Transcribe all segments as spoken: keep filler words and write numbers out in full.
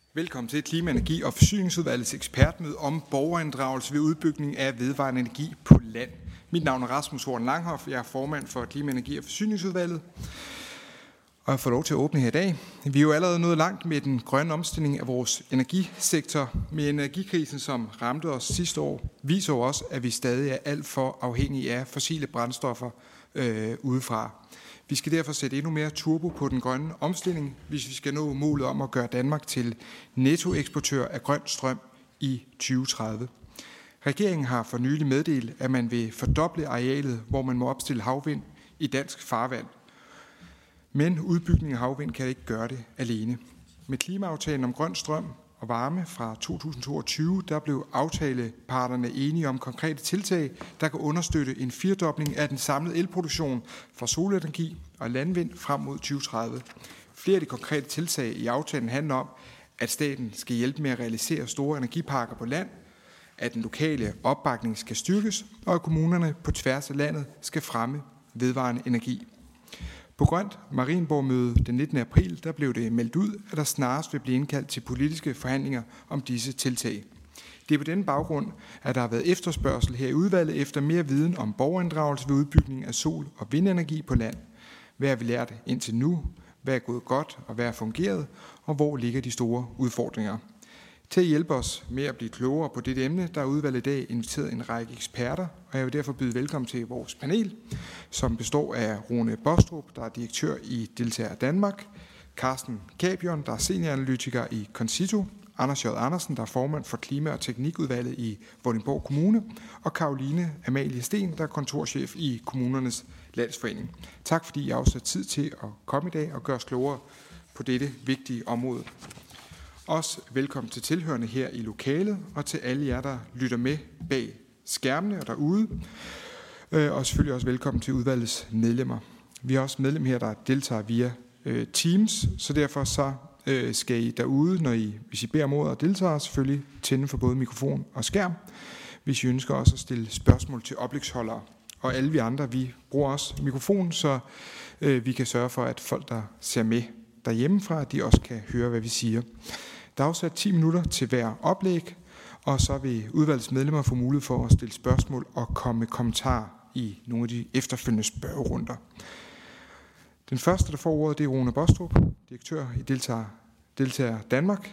Velkommen til Klima-, Energi- og Forsyningsudvalgets ekspertmøde om borgerinddragelse ved udbygning af vedvarende energi på land. Mit navn er Rasmus Horn Langhoff, jeg er formand for Klima-, Energi- og Forsyningsudvalget, og jeg får lov til at åbne her i dag. Vi er jo allerede nået langt med den grønne omstilling af vores energisektor. Med energikrisen, som ramte os sidste år, viser jo også, at vi stadig er alt for afhængige af fossile brændstoffer øh, udefra. Vi skal derfor sætte endnu mere turbo på den grønne omstilling, hvis vi skal nå målet om at gøre Danmark til nettoeksportør af grøn strøm i tyve tredive. Regeringen har for nylig meddelt, at man vil fordoble arealet, hvor man må opstille havvind i dansk farvand. Men udbygning af havvind kan ikke gøre det alene. Med klimaaftalen om grøn strøm og varme fra to tusind toogtyve, der blev aftaleparterne enige om konkrete tiltag, der kan understøtte en firdobling af den samlede elproduktion fra solenergi og landvind frem mod tyve tredive. Flere af de konkrete tiltag i aftalen handler om, at staten skal hjælpe med at realisere store energiparker på land, at den lokale opbakning skal styrkes, og at kommunerne på tværs af landet skal fremme vedvarende energi. På Grønt Marienborg-møde den nittende april, der blev det meldt ud, at der snarest vil blive indkaldt til politiske forhandlinger om disse tiltag. Det er på denne baggrund, at der har været efterspørgsel her i udvalget efter mere viden om borgerinddragelse ved udbygning af sol- og vindenergi på land. Hvad har vi lært indtil nu? Hvad er gået godt, og hvad er fungeret? Og hvor ligger de store udfordringer? Til at hjælpe os med at blive klogere på dette emne, der er udvalget i dag inviteret en række eksperter, og jeg vil derfor byde velkommen til vores panel, som består af Rune Bostrup, der er direktør i Deltager Danmark, Carsten Capion, der er senioranalytiker i Concito, Anders J. Andersen, der er formand for Klima- og Teknikudvalget i Vordingborg Kommune, og Caroline Amalie Sten, der er kontorchef i Kommunernes Landsforening. Tak fordi I har afsat tid til at komme i dag og gøre os klogere på dette vigtige område. Også velkommen til tilhørende her i lokalet, og til alle jer, der lytter med bag skærmene og derude. Og selvfølgelig også velkommen til udvalgets medlemmer. Vi har også medlem her, der deltager via øh, Teams, så derfor så øh, skal I derude, når I, hvis I beder om ordet og deltager, selvfølgelig tænde for både mikrofon og skærm, hvis I ønsker også at stille spørgsmål til oplægsholdere. Og alle vi andre, vi bruger også mikrofon, så øh, vi kan sørge for, at folk, der ser med derhjemmefra, de også kan høre, hvad vi siger. Der er afsat ti minutter til hver oplæg, og så vil udvalgets medlemmer få mulighed for at stille spørgsmål og komme med kommentarer i nogle af de efterfølgende spørgerunder. Den første, der får ordet, det er Rune Bostrup, direktør i Deltager, Deltager Danmark.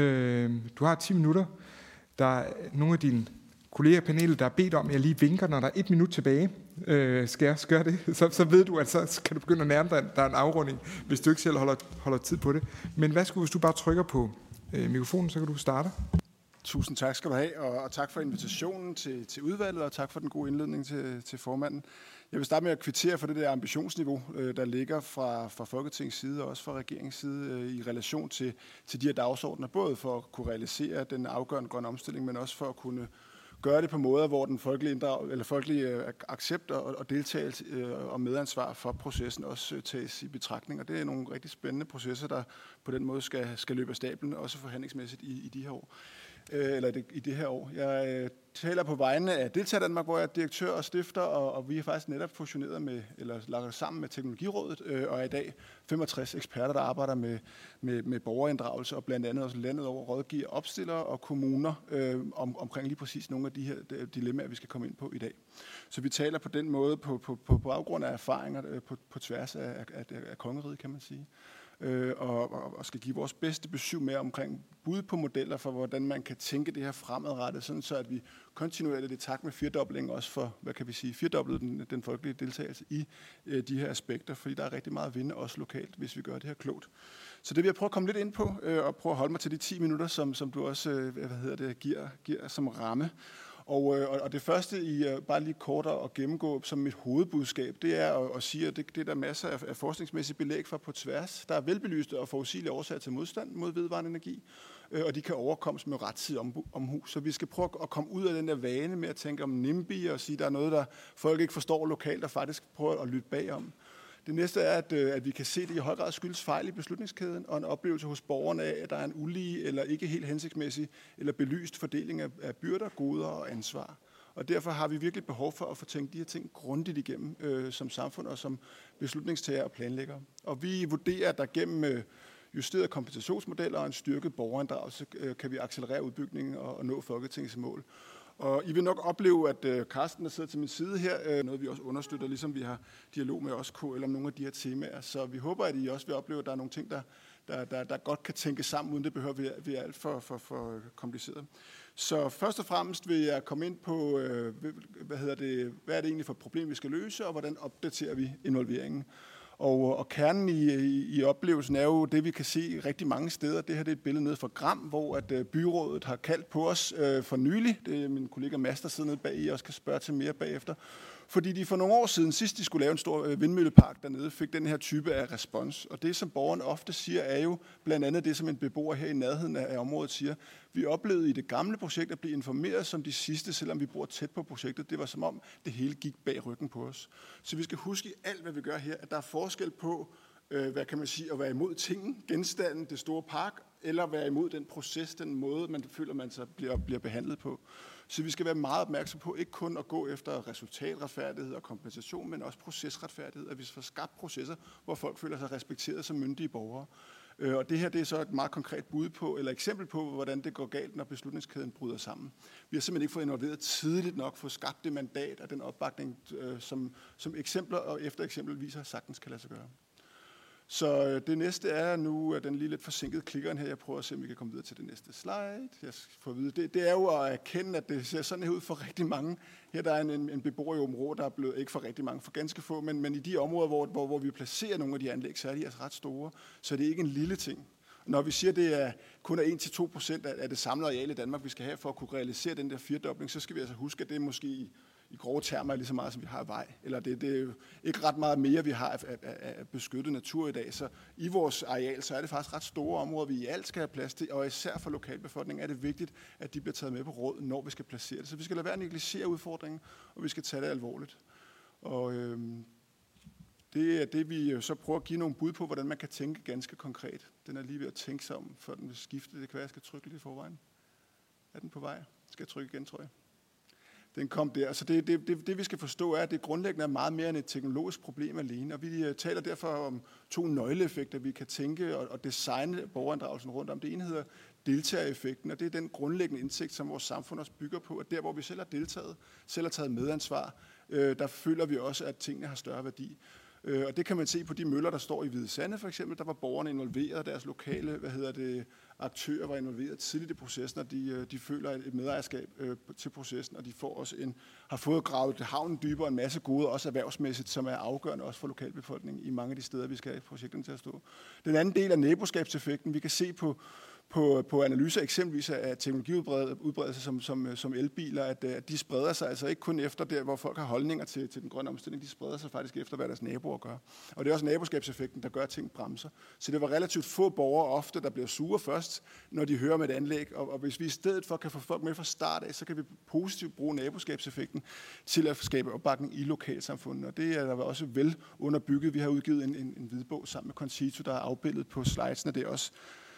Du har ti minutter. Der er nogle af dine kolleger i panelet, der er bedt om, at jeg lige vinker, når der er et minut tilbage. Skal jeg gøre det? Så, så ved du, at så kan du begynde at nærme dig, der er en afrunding, hvis du ikke selv holder, holder tid på det. Men hvad skulle, hvis du bare trykker på øh, mikrofonen, så kan du starte. Tusind tak skal du have, og, og tak for invitationen til, til udvalget, og tak for den gode indledning til, til formanden. Jeg vil starte med at kvittere for det der ambitionsniveau, øh, der ligger fra, fra Folketingets side og også fra regeringens side øh, i relation til, til de her dagsordner, både for at kunne realisere den afgørende grønne omstilling, men også for at kunne gøre det på måder, hvor den folkelige, inddrag, eller folkelige øh, accept og, og deltagelse øh, og medansvar for processen også øh, tages i betragtning. Og det er nogle rigtig spændende processer, der på den måde skal, skal løbe af stablen, også forhandlingsmæssigt i, i de her år. Øh, eller det, i det her år. Jeg øh, taler på vegne af Deltager Danmark, hvor jeg er direktør og stifter, og, og vi har faktisk netop fusioneret med, eller lagt sammen med Teknologirådet, øh, og er i dag femogtres eksperter, der arbejder med, med, med borgerinddragelse, og blandt andet også landet over rådgiver, opstillere og kommuner øh, om, omkring lige præcis nogle af de her dilemmaer, vi skal komme ind på i dag. Så vi taler på den måde på, på, på, på baggrund af erfaringer øh, på, på tværs af, af, af kongeriget, kan man sige. Øh, og, og skal give vores bedste besøg med omkring bud på modeller for, hvordan man kan tænke det her fremadrettet, sådan så at vi kontinuerligt i takt med firdoblingen også for, hvad kan vi sige, firdoblet den, den folkelige deltagelse i øh, de her aspekter, fordi der er rigtig meget at vinde også lokalt, hvis vi gør det her klogt. Så det vil jeg prøve at komme lidt ind på, øh, og prøve at holde mig til de ti minutter, som, som du også øh, hvad hedder det, giver, giver som ramme. Og, øh, og det første, I øh, bare lige kort at gennemgå som mit hovedbudskab, det er at, at sige, at det, det er der masser af, af forskningsmæssige belæg for på tværs. Der er velbelyste og forudsigelige årsager til modstand mod vedvarende energi, øh, og de kan overkommes med rettidig om, omhu. Så vi skal prøve at komme ud af den der vane med at tænke om NIMBY og sige, at der er noget, der folk ikke forstår lokalt, og faktisk prøver at lytte bagom. Det næste er, at, at vi kan se, at det i høj grad skyldes fejl i beslutningskæden og en oplevelse hos borgerne af, at der er en ulige eller ikke helt hensigtsmæssig eller belyst fordeling af, af byrder, goder og ansvar. Og derfor har vi virkelig behov for at få tænkt de her ting grundigt igennem øh, som samfund og som beslutningstager og planlæggere. Og vi vurderer, at der gennem øh, justerede kompensationsmodeller og en styrket borgerinddragelse kan vi accelerere udbygningen og nå Folketingets mål. Og I vil nok opleve, at øh, Carsten, der sidder til min side her, øh, noget vi også understøtter, ligesom vi har dialog med os K L om nogle af de her temaer. Så vi håber, at I også vil opleve, at der er nogle ting, der, der, der, der godt kan tænke sammen, uden det behøver at være, være alt for, for, for kompliceret. Så først og fremmest vil jeg komme ind på, øh, hvad, hedder det, hvad er det egentlig for et problem, vi skal løse, og hvordan opdaterer vi involveringen. Og, og kernen i, i, i oplevelsen er jo det, vi kan se rigtig mange steder. Det her det er et billede nede fra Gram, hvor at, uh, byrådet har kaldt på os uh, for nylig. Det er min kollega Mads, der sidder nede bag i, og skal spørge til mere bagefter. Fordi de for nogle år siden, sidst de skulle lave en stor uh, vindmøllepark dernede, fik den her type af respons. Og det, som borgerne ofte siger, er jo blandt andet det, som en beboer her i nærheden af, af området siger. Vi oplevede i det gamle projekt at blive informeret som de sidste, selvom vi bor tæt på projektet. Det var som om, det hele gik bag ryggen på os. Så vi skal huske i alt, hvad vi gør her, at der er forskel på, øh, hvad kan man sige, at være imod tingen, genstanden, det store park, eller være imod den proces, den måde, man føler, man så bliver, bliver behandlet på. Så vi skal være meget opmærksom på, ikke kun at gå efter resultatretfærdighed og kompensation, men også procesretfærdighed, at vi får skabt processer, hvor folk føler sig respekteret som myndige borgere. Og det her det er så et meget konkret bud på, eller eksempel på, hvordan det går galt, når beslutningskæden bryder sammen. Vi har simpelthen ikke fået involveret tidligt nok, få skabt det mandat og den opbakning, som, som eksempler og efter eksempel viser, sagtens kan lade sig gøre. Så det næste er nu, at den lige lidt forsinkede klikkeren her. Jeg prøver at se, om vi kan komme videre til det næste slide. Jeg får at vide. Det, det er jo at erkende, at det ser sådan her ud for rigtig mange. Her der er en, en beboer i området, der er blevet, ikke for rigtig mange, for ganske få, men, men i de områder, hvor, hvor, hvor vi placerer nogle af de anlæg, så er de altså ret store. Så det er ikke en lille ting. Når vi siger, at det er kun er en til to procent af det samlede areal i Danmark, vi skal have for at kunne realisere den der firedobling, så skal vi altså huske, at det er måske i, i grove termer lige så meget, som vi har af vej. Eller det, det er jo ikke ret meget mere, vi har af, af, af beskyttet natur i dag. Så i vores areal, så er det faktisk ret store områder, vi i alt skal have plads til, og især for lokalbefolkningen er det vigtigt, at de bliver taget med på råd, når vi skal placere det. Så vi skal lade være at negligere udfordringen, og vi skal tage det alvorligt. Og øhm, det er det, vi så prøver at give nogle bud på, hvordan man kan tænke ganske konkret. Den er lige ved at tænke sig om, før den vil skifte. Det kan være, jeg skal trykke lidt i forvejen. Er den på vej? Skal jeg trykke igen, tror jeg? Den kom der. Så det, det, det, det vi skal forstå er, at det grundlæggende er meget mere end et teknologisk problem alene. Og vi taler derfor om to nøgleeffekter, vi kan tænke og, og designe borgerinddragelsen rundt om. Det ene hedder deltagereffekten, og det er den grundlæggende indsigt, som vores samfund også bygger på, at der, hvor vi selv har deltaget, selv har taget medansvar, øh, der føler vi også, at tingene har større værdi. Og det kan man se på de møller, der står i Hvide Sande for eksempel. Der var borgerne involveret, deres lokale hvad hedder det, aktører var involveret tidligt i processen, og de, de føler et medejerskab øh, til processen, og de får også en, har fået gravet havnen dybere en masse gode, også erhvervsmæssigt, som er afgørende også for lokalbefolkningen i mange af de steder, vi skal have projekterne til at stå. Den anden del af naboskabseffekten, vi kan se på På, på analyser eksempelvis af teknologiudbredelse som, som, som elbiler, at, at de spreder sig altså ikke kun efter der, hvor folk har holdninger til, til den grønne omstilling, de spreder sig faktisk efter, hvad deres naboer gør. Og det er også naboskabseffekten, der gør, at ting bremser. Så det var relativt få borgere ofte, der bliver sure først, når de hører med et anlæg. Og, og hvis vi i stedet for kan få folk med fra start af, så kan vi positivt bruge naboskabseffekten til at skabe opbakning i lokalsamfundet. Og det er der også vel underbygget. Vi har udgivet en, en, en hvidbog sammen med Concito, der er afbildet på slidesene. Det er også.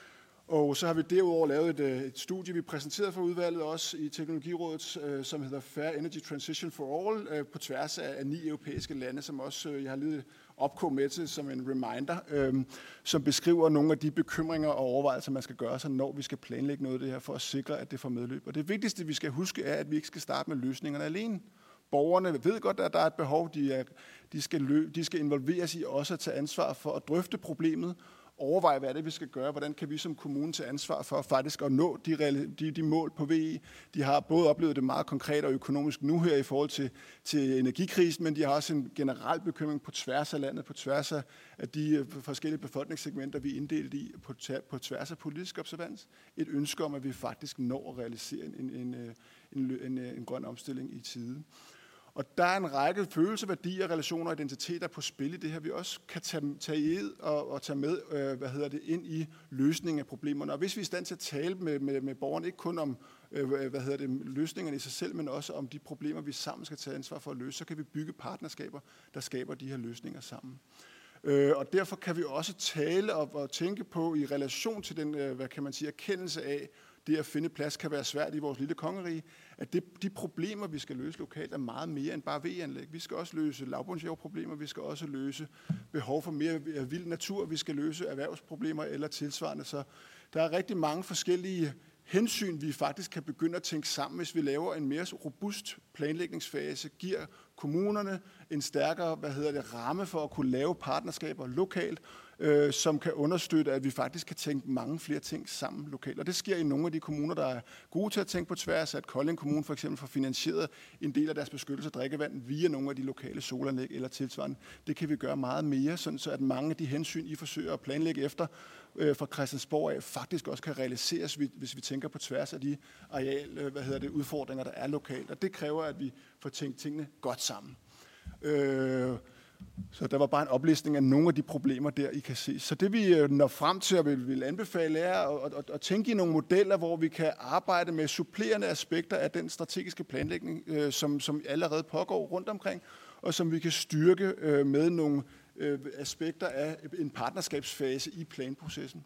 Og så har vi derudover lavet et, et studie, vi præsenterede for udvalget også i Teknologirådet, øh, som hedder Fair Energy Transition for All, øh, på tværs af, af ni europæiske lande, som også øh, jeg har lige opkog med til som en reminder, øh, som beskriver nogle af de bekymringer og overvejelser, man skal gøre sig, når vi skal planlægge noget af det her, for at sikre, at det får medløb. Og det vigtigste, vi skal huske, er, at vi ikke skal starte med løsningerne alene. Borgerne ved godt, at der er et behov, de, er, de, skal, løb, de skal involveres i også at tage ansvar for at drøfte problemet, overveje, hvad er det, vi skal gøre, hvordan kan vi som kommune tage ansvar for faktisk at nå de, de, de mål på V E. De har både oplevet det meget konkret og økonomisk nu her i forhold til, til energikrisen, men de har også en generel bekymring på tværs af landet, på tværs af de forskellige befolkningssegmenter, vi er inddelt i, på, på tværs af politisk observans. Et ønske om, at vi faktisk når at realisere en, en, en, en, en, en grøn omstilling i tide. Og der er en række følelser, værdier, relationer og identiteter på spil i det her, vi også kan tage, tage i og, og tage med øh, hvad hedder det, ind i løsningen af problemerne. Og hvis vi er i stand til at tale med, med, med borgerne, ikke kun om øh, hvad hedder det, løsningerne i sig selv, men også om de problemer, vi sammen skal tage ansvar for at løse, så kan vi bygge partnerskaber, der skaber de her løsninger sammen. Øh, og derfor kan vi også tale og, og tænke på i relation til den, øh, hvad kan man sige, erkendelse af det at finde plads kan være svært i vores lille kongerige, at det, de problemer, vi skal løse lokalt, er meget mere end bare vedanlæg. Vi skal også løse lavbundsjordproblemer, vi skal også løse behov for mere vild natur, vi skal løse erhvervsproblemer eller tilsvarende. Så der er rigtig mange forskellige hensyn, vi faktisk kan begynde at tænke sammen, hvis vi laver en mere robust planlægningsfase, giver kommunerne en stærkere, hvad hedder det, ramme for at kunne lave partnerskaber lokalt, øh, som kan understøtte, at vi faktisk kan tænke mange flere ting sammen lokalt. Og det sker i nogle af de kommuner, der er gode til at tænke på tværs, at Kolding Kommune for eksempel får finansieret en del af deres beskyttelse af drikkevand via nogle af de lokale solanlæg eller tilsvarende. Det kan vi gøre meget mere, sådan så at mange af de hensyn, I forsøger at planlægge efter øh, fra Christiansborg af, faktisk også kan realiseres, hvis vi tænker på tværs af de areal, hvad hedder det, udfordringer, der er lokalt. Og det kræver, at vi får tænkt tingene godt sammen. Øh, så der var bare en oplistning af nogle af de problemer der, I kan se. Så det vi når frem til og vil, vil anbefale er at, at, at tænke i nogle modeller, hvor vi kan arbejde med supplerende aspekter af den strategiske planlægning, øh, som, som allerede pågår rundt omkring, og som vi kan styrke øh, med nogle øh, aspekter af en partnerskabsfase i planprocessen.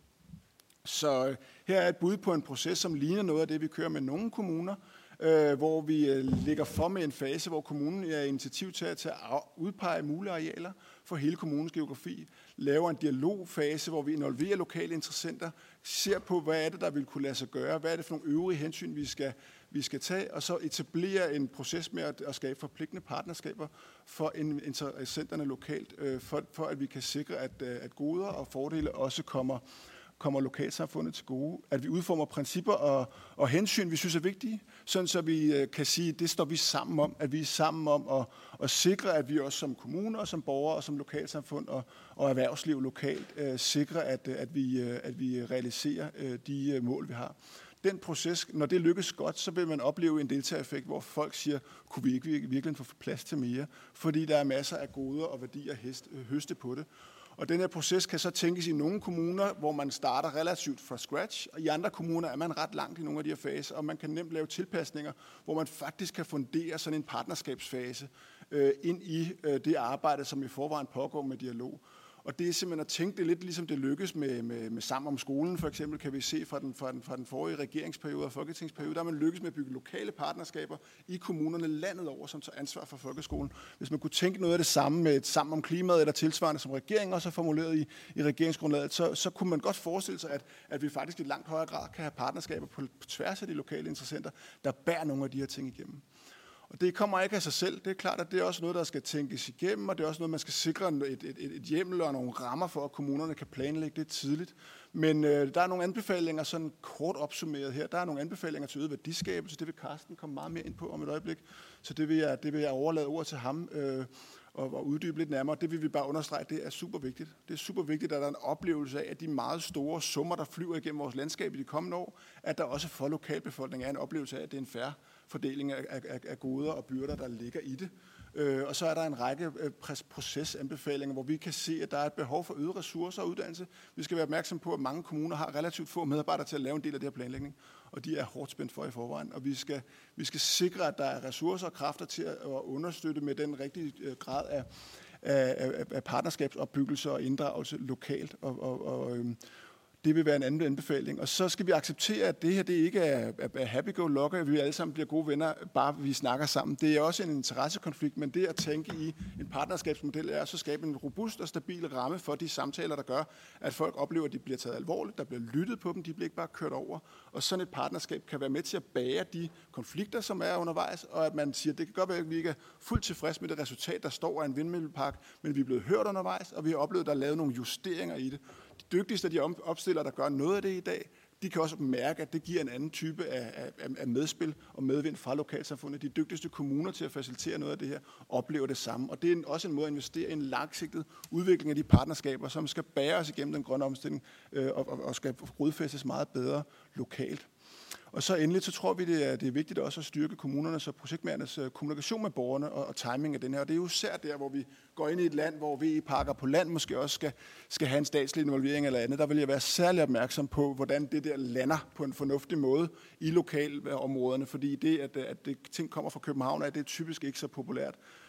Så her er et bud på en proces, som ligner noget af det, vi kører med nogle kommuner, øh, hvor vi øh, ligger for med en fase, hvor kommunen er initiativtager til at udpege mulige arealer for hele kommunens geografi, laver en dialogfase, hvor vi involverer lokale interessenter, ser på, hvad er det, der vil kunne lade sig gøre, hvad er det for nogle øvrige hensyn, vi skal, vi skal tage, og så etablere en proces med at, at skabe forpligtende partnerskaber for interessenterne lokalt, øh, for, for at vi kan sikre, at, at goder og fordele også kommer kommer lokalsamfundet til gode, at vi udformer principper og, og hensyn, vi synes er vigtige, sådan så vi øh, kan sige, at det står vi sammen om, at vi er sammen om at, at sikre, at vi også som kommuner, og som borgere, og som lokalsamfund og, og erhvervsliv lokalt øh, sikrer, at, at, vi, øh, at vi realiserer øh, de øh, mål, vi har. Den proces, når det lykkes godt, så vil man opleve en deltagereffekt, hvor folk siger, kunne vi ikke virkelig få plads til mere, fordi der er masser af goder og værdier at høste på det. Og den her proces kan så tænkes i nogle kommuner, hvor man starter relativt fra scratch, og i andre kommuner er man ret langt i nogle af de her faser, og man kan nemt lave tilpasninger, hvor man faktisk kan fundere sådan en partnerskabsfase øh, ind i øh, det arbejde, som i forvejen pågår med dialog. Og det er simpelthen at tænke det lidt ligesom det lykkes med, med, med Sammen om skolen, for eksempel kan vi se fra den, fra, den, fra den forrige regeringsperiode og folketingsperiode, der er man lykkes med at bygge lokale partnerskaber i kommunerne landet over, som tager ansvar for folkeskolen. Hvis man kunne tænke noget af det samme med et Sammen om klimaet eller tilsvarende, som regeringen også har formuleret i, i regeringsgrundlaget, så, så kunne man godt forestille sig, at, at vi faktisk i langt højere grad kan have partnerskaber på, på tværs af de lokale interessenter, der bærer nogle af de her ting igennem. Og det kommer ikke af sig selv. Det er klart, at det er også noget, der skal tænkes igennem, og det er også noget, man skal sikre et, et, et, et hjemmel og nogle rammer for, at kommunerne kan planlægge det tidligt. Men øh, der er nogle anbefalinger, sådan kort opsummeret her. Der er nogle anbefalinger til øget værdiskabelse. Det vil Carsten komme meget mere ind på om et øjeblik. Så det vil jeg, det vil jeg overlade ord til ham øh, og, og uddybe lidt nærmere. Det vil vi bare understrege, det er super vigtigt. Det er super vigtigt, at der er en oplevelse af, at de meget store summer, der flyver igennem vores landskab i de kommende år, at der også for lokalbefolkningen er en oplevelse af, at det er en fair fordeling af, af, af goder og byrder, der ligger i det. Øh, og så er der en række øh, procesanbefalinger, hvor vi kan se, at der er et behov for øget ressourcer og uddannelse. Vi skal være opmærksom på, at mange kommuner har relativt få medarbejdere til at lave en del af det her planlægning, og de er hårdt spændt for i forvejen. Og vi skal, vi skal sikre, at der er ressourcer og kræfter til at understøtte med den rigtige øh, grad af, af, af partnerskabsopbyggelse og inddragelse lokalt. Og, og, og øh, det vil være en anden anbefaling. Og så skal vi acceptere, at det her det ikke er, er happy-go-lucky, at vi alle sammen bliver gode venner, bare vi snakker sammen. Det er også en interessekonflikt, men det at tænke i en partnerskabsmodel er så skabe en robust og stabil ramme for de samtaler, der gør, at folk oplever, at de bliver taget alvorligt, der bliver lyttet på dem, de bliver ikke bare kørt over. Og sådan et partnerskab kan være med til at bære de konflikter, som er undervejs, og at man siger, at det kan godt være, at vi ikke er fuldt tilfreds med det resultat, der står af en vindmøllepark, men vi er blevet hørt undervejs, og vi har oplevet, at der er lavet nogle justeringer i det. De dygtigste af de opstillere, der gør noget af det i dag, de kan også mærke, at det giver en anden type af, af, af medspil og medvind fra lokalsamfundet. De dygtigste kommuner til at facilitere noget af det her oplever det samme. Og det er også en måde at investere i en langsigtet udvikling af de partnerskaber, som skal bære os igennem den grønne omstilling øh, og, og skal rodfæstes meget bedre lokalt. Og så endelig, så tror vi, det er, det er vigtigt også at styrke kommunernes og projektmærernes kommunikation med borgerne og, og timing af den her. Og det er jo især der, hvor vi går ind i et land, hvor V E-parker på land måske også skal, skal have en statslig involvering eller andet. Der vil jeg være særlig opmærksom på, hvordan det der lander på en fornuftig måde i lokalområderne, fordi det, at, at det, ting kommer fra København, er det typisk ikke så populært.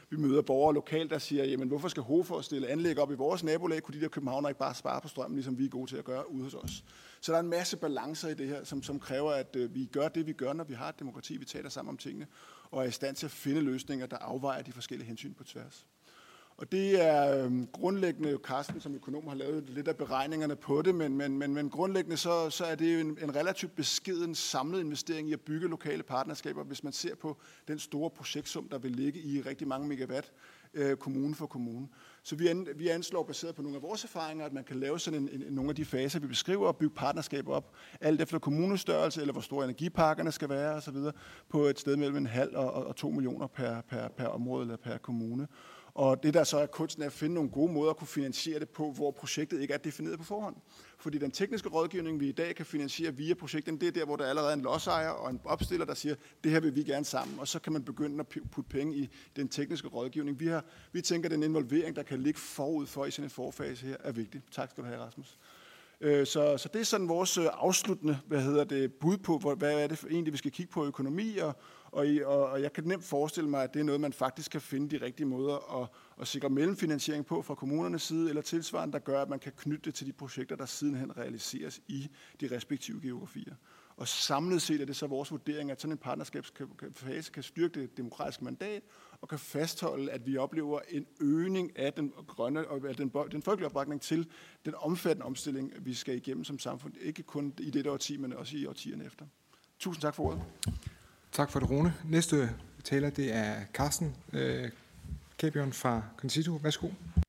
Vi møder borgere lokalt, der siger, jamen hvorfor skal Hofor stille anlæg op i vores nabolag? Kunne de der københavner ikke bare spare på strømmen, ligesom vi er gode til at gøre ude hos os? Så der er en masse balancer i det her, som, som kræver, at øh, vi gør det, vi gør, når vi har et demokrati, vi taler sammen om tingene, og er i stand til at finde løsninger, der afvejer de forskellige hensyn på tværs. Og det er øhm, grundlæggende, Carsten som økonom har lavet lidt af beregningerne på det, men, men, men, men grundlæggende så, så er det en, en relativt beskeden samlet investering i at bygge lokale partnerskaber, hvis man ser på den store projektsum, der vil ligge i rigtig mange megawatt øh, kommune for kommune. Så vi, an, vi anslår baseret på nogle af vores erfaringer, at man kan lave sådan en, en, nogle af de faser, vi beskriver, og bygge partnerskaber op, alt efter kommunestørrelse, eller hvor store energiparkerne skal være osv., på et sted mellem en halv og, og, og to millioner per, per, per område eller per kommune. Og det der så er kunsten er at finde nogle gode måder at kunne finansiere det på, hvor projektet ikke er defineret på forhånd. Fordi den tekniske rådgivning, vi i dag kan finansiere via projektet, det er der, hvor der allerede er en lodsejer og en opstiller, der siger, det her vil vi gerne sammen. Og så kan man begynde at putte penge i den tekniske rådgivning. Vi, har, vi tænker, at den involvering, der kan ligge forud for i sådan en forfase her, er vigtig. Tak skal du have, Rasmus. Så, så det er sådan vores afsluttende hvad hedder det, bud på, hvad er det egentlig, vi skal kigge på økonomi, og, og, og jeg kan nemt forestille mig, at det er noget, man faktisk kan finde de rigtige måder at, at sikre mellemfinansiering på fra kommunernes side, eller tilsvarende, der gør, at man kan knytte det til de projekter, der sidenhen realiseres i de respektive geografier. Og samlet set er det så vores vurdering, at sådan en partnerskabsfase kan styrke det demokratiske mandat, og kan fastholde, at vi oplever en øgning af den grønne og den, den folkelige opbakning til den omfattende omstilling, vi skal igennem som samfund. Ikke kun i dette årti, men også i årtierne efter. Tusind tak for ordet. Tak for det, Rune. Næste taler, det er Carsten øh, Kæbjørn fra Concito. Værsgo.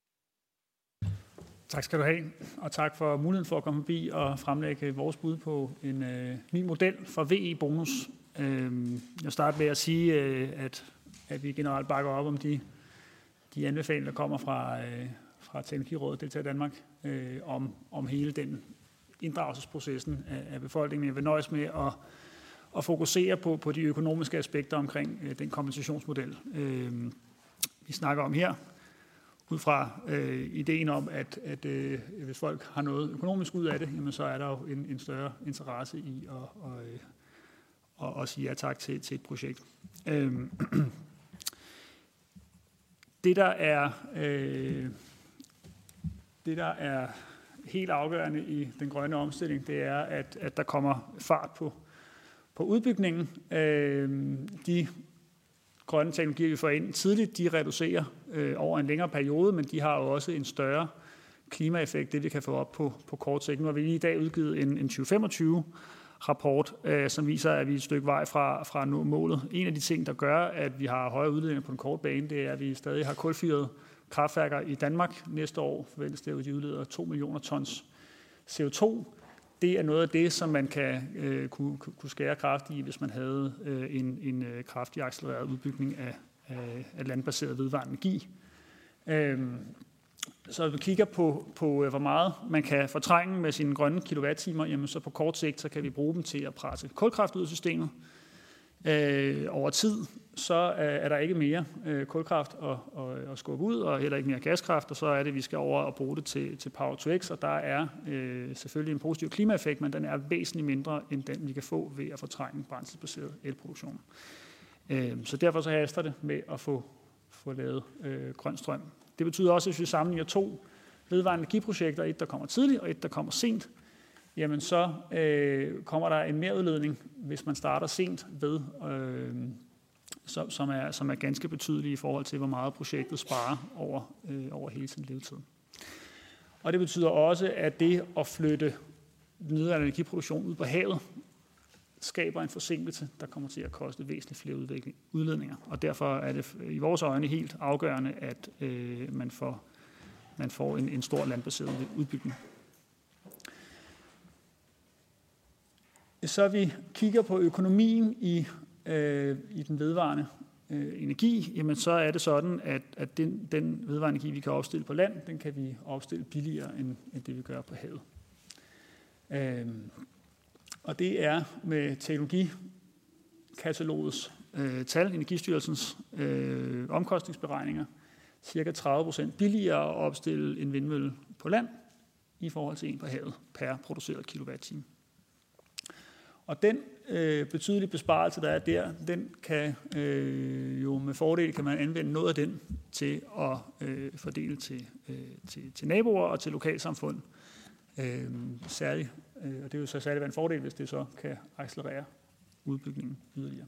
Tak skal du have, og tak for muligheden for at komme forbi og fremlægge vores bud på en øh, ny model for V E-bonus. Øh, jeg starter med at sige, øh, at, at vi generelt bakker op om de, de anbefalinger, der kommer fra, øh, fra Teknologirådet, Delta Danmark, øh, om, om hele den inddragelsesprocessen af, af befolkningen. Jeg vil nøjes med at, at fokusere på, på de økonomiske aspekter omkring øh, den kompensationsmodel, øh, vi snakker om her. Ud fra øh, ideen om, at, at øh, hvis folk har noget økonomisk ud af det, jamen, så er der jo en, en større interesse i at, og, og, og sige ja tak til, til et projekt. Øhm. Det, der er, øh, det, der er helt afgørende i den grønne omstilling, det er, at, at der kommer fart på, på udbygningen. Øh, de grønne teknologier, vi får ind tidligt, de reducerer øh, over en længere periode, men de har jo også en større klimaeffekt, det vi kan få op på, på kort sigt. Nu har vi lige i dag udgivet en, en tyve femogtyve-rapport, øh, som viser, at vi er et stykke vej fra, fra at nå målet. En af de ting, der gør, at vi har højere udledninger på den korte bane, det er, at vi stadig har kulfyrede kraftværker i Danmark. Næste år forventes det, at de udleder to millioner tons C O to. Det er noget af det, som man kan øh, kunne, kunne skære kraft i, hvis man havde øh, en, en øh, kraftig accelereret udbygning af, af, af landbaseret vedvarende energi. Øhm, så hvis man kigger på, på, hvor meget man kan fortrænge med sine grønne kilowatt-timer, jamen så på kort sigt, så kan vi bruge dem til at presse kulkraft ud af systemet. Øh, over tid, så er der ikke mere øh, kulkraft at, at, at skubbe ud, og heller ikke mere gaskraft, og så er det, at vi skal over og bruge det til, til Power to X, og der er øh, selvfølgelig en positiv klimaeffekt, men den er væsentligt mindre end den, vi kan få ved at fortrænge brændselsbaseret elproduktion. Øh, så derfor så haster det med at få, få lavet øh, grøn strøm. Det betyder også, at hvis vi sammenligner to vedvarende energiprojekter, et der kommer tidligt og et der kommer sent, jamen så øh, kommer der en merudledning, hvis man starter sent ved, øh, som, som, er, som er ganske betydelig i forhold til, hvor meget projektet sparer over, øh, over hele sin levetid. Og det betyder også, at det at flytte vedvarende energiproduktion ud på havet, skaber en forsinkelse, der kommer til at koste væsentligt flere udledninger. Og derfor er det i vores øjne helt afgørende, at øh, man får, man får en, en stor landbaseret udbygning. Så vi kigger på økonomien i, øh, i den vedvarende øh, energi, jamen så er det sådan, at, at den, den vedvarende energi, vi kan opstille på land, den kan vi opstille billigere, end, end det vi gør på havet. Øh, og det er med teknologikatalogets øh, tal, Energistyrelsens øh, omkostningsberegninger, cirka tredive procent billigere at opstille en vindmølle på land, i forhold til en på havet per produceret kilowatt-time. Og den øh, betydelige besparelse, der er der, den kan øh, jo med fordel kan man anvende noget af den til at øh, fordele til, øh, til, til naboer og til lokalsamfund. Øh, særligt, øh, og det er jo så særligt være en fordel, hvis det så kan accelerere udbygningen yderligere.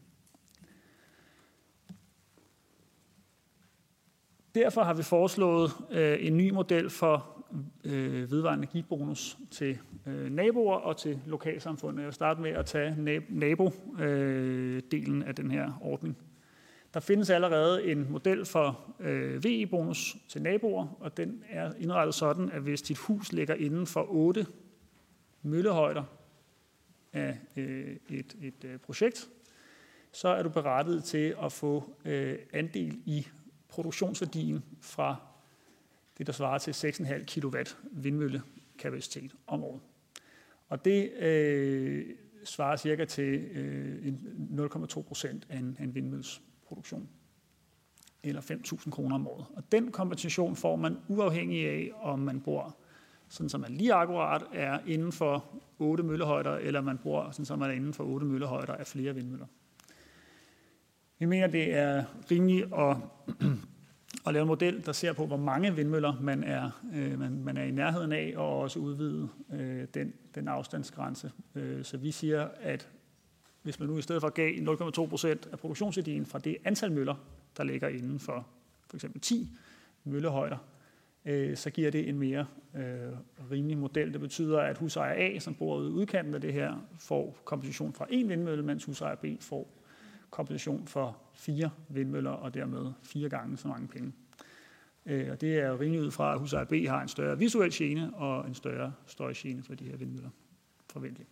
Derfor har vi foreslået øh, en ny model for øh, vedvarende energibonus til øh, naboer og til lokalsamfundet. Jeg vil starte med at tage nabodelen øh, af den her ordning. Der findes allerede en model for øh, V E-bonus til naboer, og den er indrettet sådan, at hvis dit hus ligger inden for otte møllehøjder af øh, et, et øh, projekt, så er du berettiget til at få øh, andel i produktionsværdien fra det, der svarer til seks komma fem kilowatt vindmøllekapacitet om året. Og det øh, svarer cirka til øh, nul komma to procent af en, en vindmølles produktion, eller fem tusind kroner om året. Og den kompensation får man uafhængig af, om man bor sådan, som man lige akkurat er inden for otte møllehøjder, eller man bor sådan, som man er inden for otte møllehøjder af flere vindmøller. Vi mener, det er rimeligt at, at lave en model, der ser på, hvor mange vindmøller man er, øh, man, man er i nærheden af, og også udvide øh, den, den afstandsgrænse. Øh, så vi siger, at hvis man nu i stedet for gav nul komma to procent af produktionsværdien fra det antal møller, der ligger inden for for eksempel ti møllehøjder, øh, så giver det en mere øh, rimelig model. Det betyder, at husejer A, som bor ude i udkanten af det her, får kompensation fra én vindmølle, mens husejer B får kompensation for fire vindmøller, og dermed fire gange så mange penge. Øh, og det er jo rimelig ud fra, at husejer B har en større visuel gene og en større støjgene for de her vindmøller, forventeligt.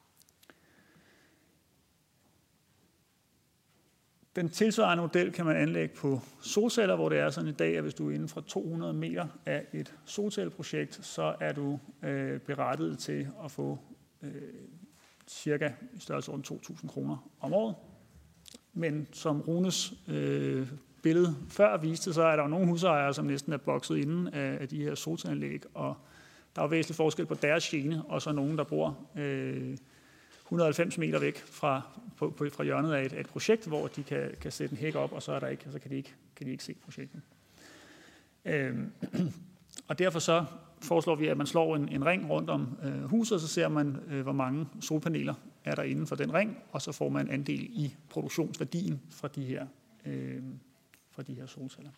Den tilsvarende model kan man anlægge på solceller, hvor det er sådan i dag, at hvis du er inden for to hundrede meter af et solcelleprojekt, så er du øh, berettiget til at få øh, cirka i størrelsesorden to tusind kroner om året. Men som Runes øh, billede før viste, så er der jo nogle husejere, som næsten er bokset inden af, af de her solcelleanlæg, og der er væsentlig forskel på deres gene, og så nogen, der bor øh, et hundrede og halvfems meter væk fra, på, på, fra hjørnet af et, et projekt, hvor de kan, kan sætte en hæk op, og så, er der ikke, så kan, de ikke, kan de ikke se projektet. Øhm, og derfor så foreslår vi, at man slår en, en ring rundt om øh, huset, og så ser man, øh, hvor mange solpaneler er der inden for den ring, og så får man andel i produktionsværdien fra de her, øh, fra de her solceller.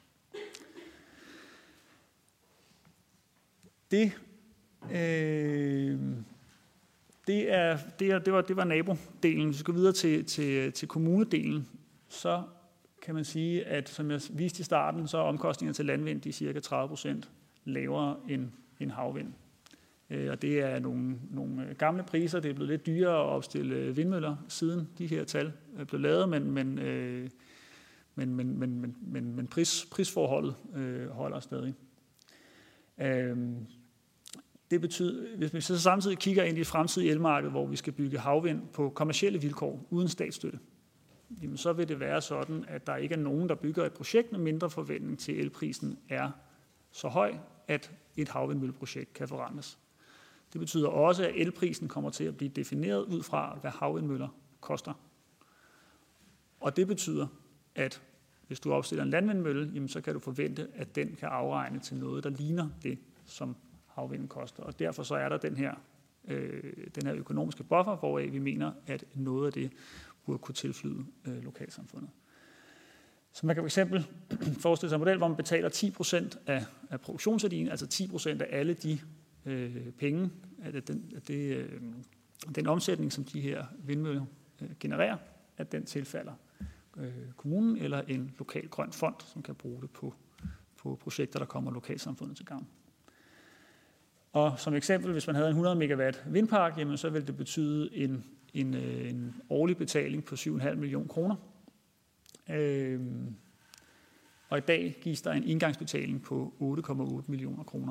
Det, øh, det, er, det, er, det, var, det var nabodelen. Hvis vi skal videre til, til, til kommunedelen, så kan man sige, at som jeg viste i starten, så er omkostningerne til landvind de cirka tredive procent lavere end, end havvind. Og det er nogle, nogle gamle priser. Det er blevet lidt dyrere at opstille vindmøller, siden de her tal er blevet lavet, men, men, øh, men, men, men, men, men, men pris, prisforholdet øh, holder stadig. Øh, det betyder, hvis vi så samtidig kigger ind i et fremtidigt elmarked, hvor vi skal bygge havvind på kommercielle vilkår uden statsstøtte, jamen så vil det være sådan, at der ikke er nogen, der bygger et projekt med mindre forventning til elprisen er så høj, at et havvindmølleprojekt kan forrentes. Det betyder også, at elprisen kommer til at blive defineret ud fra, hvad havvindmøller koster. Og det betyder, at hvis du opstiller en landvindmølle, jamen så kan du forvente, at den kan afregne til noget, der ligner det, som havvinden koster. Og derfor så er der den her, øh, den her økonomiske buffer, hvoraf vi mener, at noget af det burde kunne tilflyde øh, lokalsamfundet. Så man kan fx forestille sig en model, hvor man betaler ti procent af, af produktionsværdien, altså ti procent af alle de øh, penge, af den, af det, øh, den omsætning, som de her vindmøller øh, genererer, at den tilfalder øh, kommunen eller en lokal grøn fond, som kan bruge det på, på projekter, der kommer lokalsamfundet til gavn. Og som eksempel, hvis man havde en hundrede megawatt vindpark, jamen, så ville det betyde en, en, en årlig betaling på syv komma fem millioner kroner. Øhm, og i dag gives der en indgangsbetaling på otte komma otte millioner kroner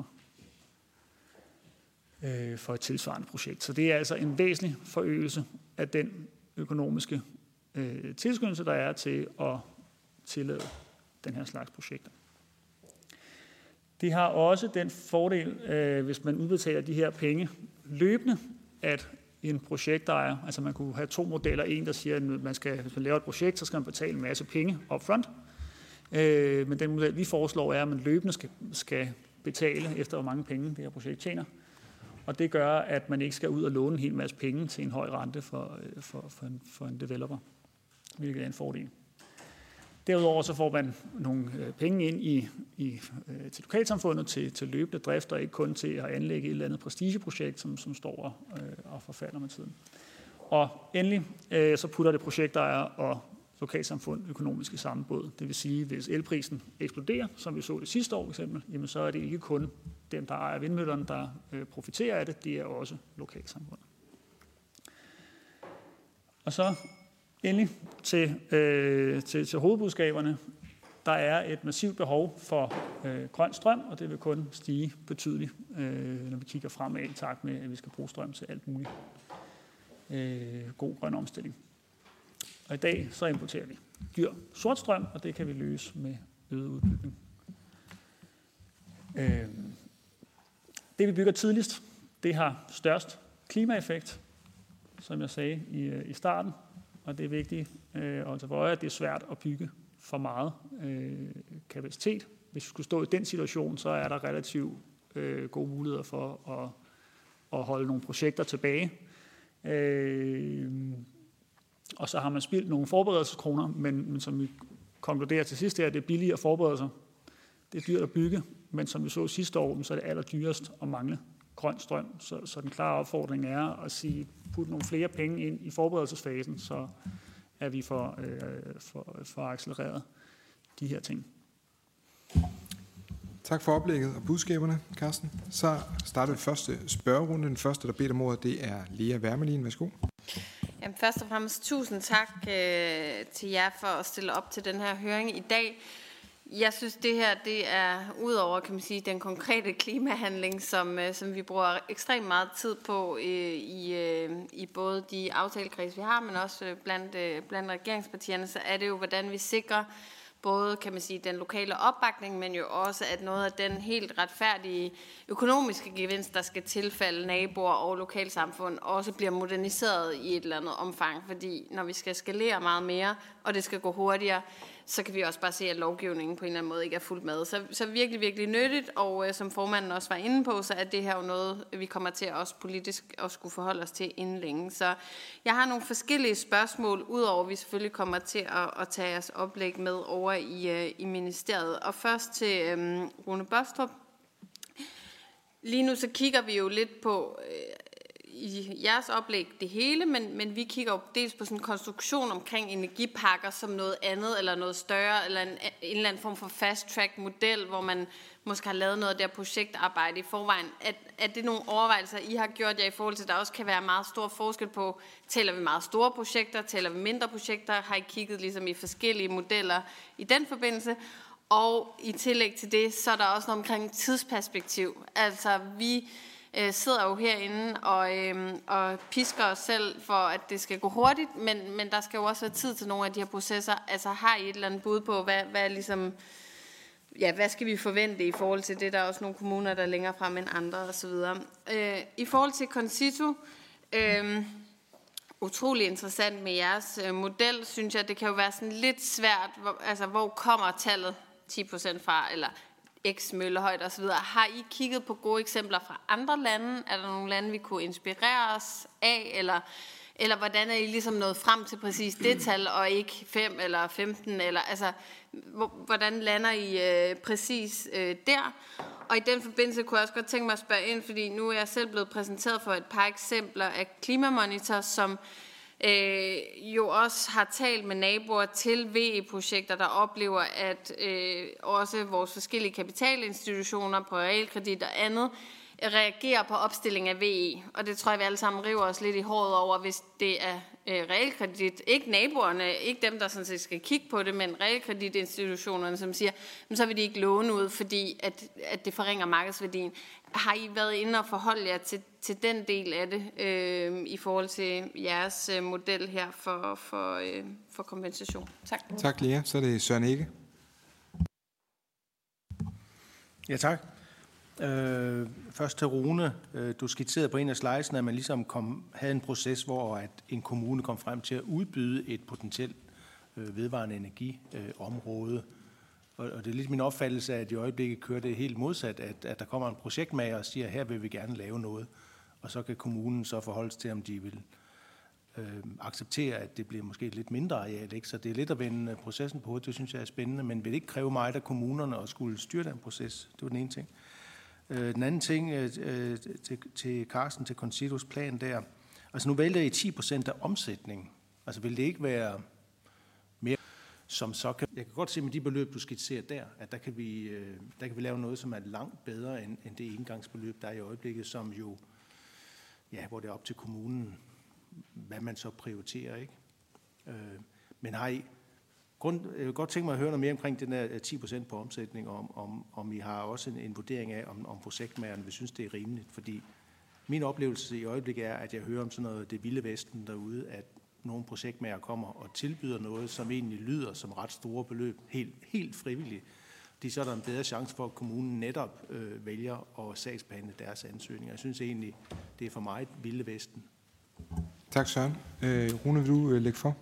øh, for et tilsvarende projekt. Så det er altså en væsentlig forøgelse af den økonomiske øh, tilskyndelse, der er til at tillade den her slags projekter. Det har også den fordel, øh, hvis man udbetaler de her penge løbende, at en projektejer. Altså man kunne have to modeller. En, der siger, at man skal, hvis man laver et projekt, så skal man betale en masse penge upfront. Øh, men den model, vi foreslår, er, at man løbende skal, skal betale efter, hvor mange penge det her projekt tjener. Og det gør, at man ikke skal ud og låne en hel masse penge til en høj rente for, for, for, en, for en developer, hvilket er en fordel. Derudover så får man nogle penge ind i, i, til lokalsamfundet til, til løbende drift, og ikke kun til at anlægge et eller andet prestigeprojekt, som, som står øh, og forfalder med tiden. Og endelig øh, så putter det projektejere og lokalsamfund økonomisk i samme båd. Det vil sige, hvis elprisen eksploderer, som vi så det sidste år eksempel, jamen så er det ikke kun dem, der ejer vindmøllerne, der øh, profiterer af det, det er også lokalsamfundet. Og så endelig til, øh, til, til hovedbudskaberne. Der er et massivt behov for øh, grøn strøm, og det vil kun stige betydeligt, øh, når vi kigger fremad i takt med, at vi skal bruge strøm til alt muligt. Øh, god grøn omstilling. Og i dag så importerer vi dyr sort strøm, og det kan vi løse med øget udbygning. Øh, det vi bygger tidligst, det har størst klimaeffekt, som jeg sagde i, i starten. Og det er vigtigt øh, at tage for øje, at det er svært at bygge for meget øh, kapacitet. Hvis vi skulle stå i den situation, så er der relativt øh, gode muligheder for at, at holde nogle projekter tilbage. Øh, og så har man spildt nogle forberedelseskroner, men, men som vi konkluderer til sidst her, det er billigere at forberede sig. Det er dyrt at bygge, men som vi så sidste år, så er det allerdyrest at mangle grøn strøm. Så, så den klare opfordring er at sige, putte nogle flere penge ind i forberedelsesfasen, så er vi for, øh, for, for accelereret de her ting. Tak for oplægget og budskaberne, Carsten. Så starter vi første spørgerunde. Den første, der beder om ordet, det er Lea Wermelin. Værsgo. Jamen, først og fremmest tusind tak øh, til jer for at stille op til den her høring i dag. Jeg synes, det her det er udover kan man sige, den konkrete klimahandling, som, øh, som vi bruger ekstremt meget tid på øh, i, øh, i både de aftalekreds, vi har, men også øh, blandt, øh, blandt regeringspartierne, så er det jo, hvordan vi sikrer både kan man sige, den lokale opbakning, men jo også, at noget af den helt retfærdige økonomiske gevinst, der skal tilfalde naboer og lokalsamfund, også bliver moderniseret i et eller andet omfang. Fordi når vi skal skalere meget mere, og det skal gå hurtigere, så kan vi også bare se, at lovgivningen på en eller anden måde ikke er fuldt med. Så, så virkelig, virkelig nyttigt, og øh, som formanden også var inde på, så er det her jo noget, vi kommer til også politisk at skulle forholde os til inden længe. Så jeg har nogle forskellige spørgsmål, udover at vi selvfølgelig kommer til at, at tage jeres oplæg med over i, øh, i ministeriet. Og først til øh, Rune Bostrup. Lige nu så kigger vi jo lidt på øh, i jeres oplæg det hele, men, men vi kigger jo dels på sådan en konstruktion omkring energipakker som noget andet, eller noget større, eller en, en eller anden form for fast-track-model, hvor man måske har lavet noget af det her projektarbejde i forvejen. Er, er det nogle overvejelser, I har gjort jer i forhold til, at der også kan være meget stor forskel på, tæller vi meget store projekter, tæller vi mindre projekter, har I kigget ligesom i forskellige modeller i den forbindelse? Og i tillæg til det, så er der også noget omkring tidsperspektiv. Altså vi øh, sidder jo herinde og, øh, og pisker os selv for, at det skal gå hurtigt, men, men der skal jo også være tid til nogle af de her processer. Altså har I et eller andet bud på, hvad, hvad, ligesom, ja, hvad skal vi forvente i forhold til det? Der er også nogle kommuner, der er længere frem end andre osv. Øh, I forhold til Concito, øh, utrolig interessant med jeres øh, model, synes jeg, det kan jo være sådan lidt svært, hvor, altså hvor kommer tallet ti procent fra, eller x møllehøjde osv. Har I kigget på gode eksempler fra andre lande? Er der nogle lande, vi kunne inspirere os af, eller, eller hvordan er I ligesom nået frem til præcis det tal, og ikke fem eller femten, eller altså, hvordan lander I øh, præcis øh, der? Og i den forbindelse kunne jeg også godt tænke mig at spørge ind, fordi nu er jeg selv blevet præsenteret for et par eksempler af Klimamonitor, som øh, jo også har talt med naboer til V E-projekter, der oplever, at øh, også vores forskellige kapitalinstitutioner på realkredit og andet reagerer på opstilling af V E. Og det tror jeg, vi alle sammen river os lidt i håret over, hvis det er øh, realkredit. Ikke naboerne, ikke dem, der sådan set skal kigge på det, men realkreditinstitutionerne, som siger, men så vil de ikke låne ud, fordi at, at det forringer markedsværdien. Har I været inde og forholde jer til, til den del af det, øh, i forhold til jeres øh, model her for, for, øh, for kompensation? Tak. Tak, Lea. Så er det Søren Egge. Ja, tak. Øh, først til Rune. Du skitserede på en af slidesene, at man ligesom kom, havde en proces, hvor at en kommune kom frem til at udbyde et potentielt øh, vedvarende energiområde. Øh, og, og det er lidt min opfattelse, at i øjeblikket kører det helt modsat, at, at der kommer en projektmager og siger, her vil vi gerne lave noget. Og så kan kommunen så forholde sig til, om de vil øh, acceptere, at det bliver måske lidt mindre areal. Ikke? Så det er lidt at vende processen på. Det synes jeg er spændende, men vil det ikke kræve meget af kommunerne at skulle styre den proces? Det var den ene ting. Den anden ting øh, til, til Carsten, til Concitos plan der. Altså nu vælger I ti procent af omsætningen. Altså vil det ikke være mere, som så kan... Jeg kan godt se med de beløb, du skitserer der, at der kan vi, øh, der kan vi lave noget, som er langt bedre end, end det engangsbeløb, der er i øjeblikket, som jo, ja, hvor det er op til kommunen, hvad man så prioriterer, ikke? Øh, men har I... Grund, jeg vil godt tænke mig at høre noget mere omkring den der ti procent på omsætning, om, om, om I har også en, en vurdering af, om, om projektmagerne vil synes, det er rimeligt. Fordi min oplevelse i øjeblikket er, at jeg hører om sådan noget det vilde vesten derude, at nogle projektmager kommer og tilbyder noget, som egentlig lyder som ret store beløb, helt, helt frivilligt. De så er der en bedre chance for, at kommunen netop øh, vælger at sagsbehandle deres ansøgninger. Jeg synes egentlig, det er for meget vilde vesten. Tak Søren. Øh, Rune, vil du øh, lægge for?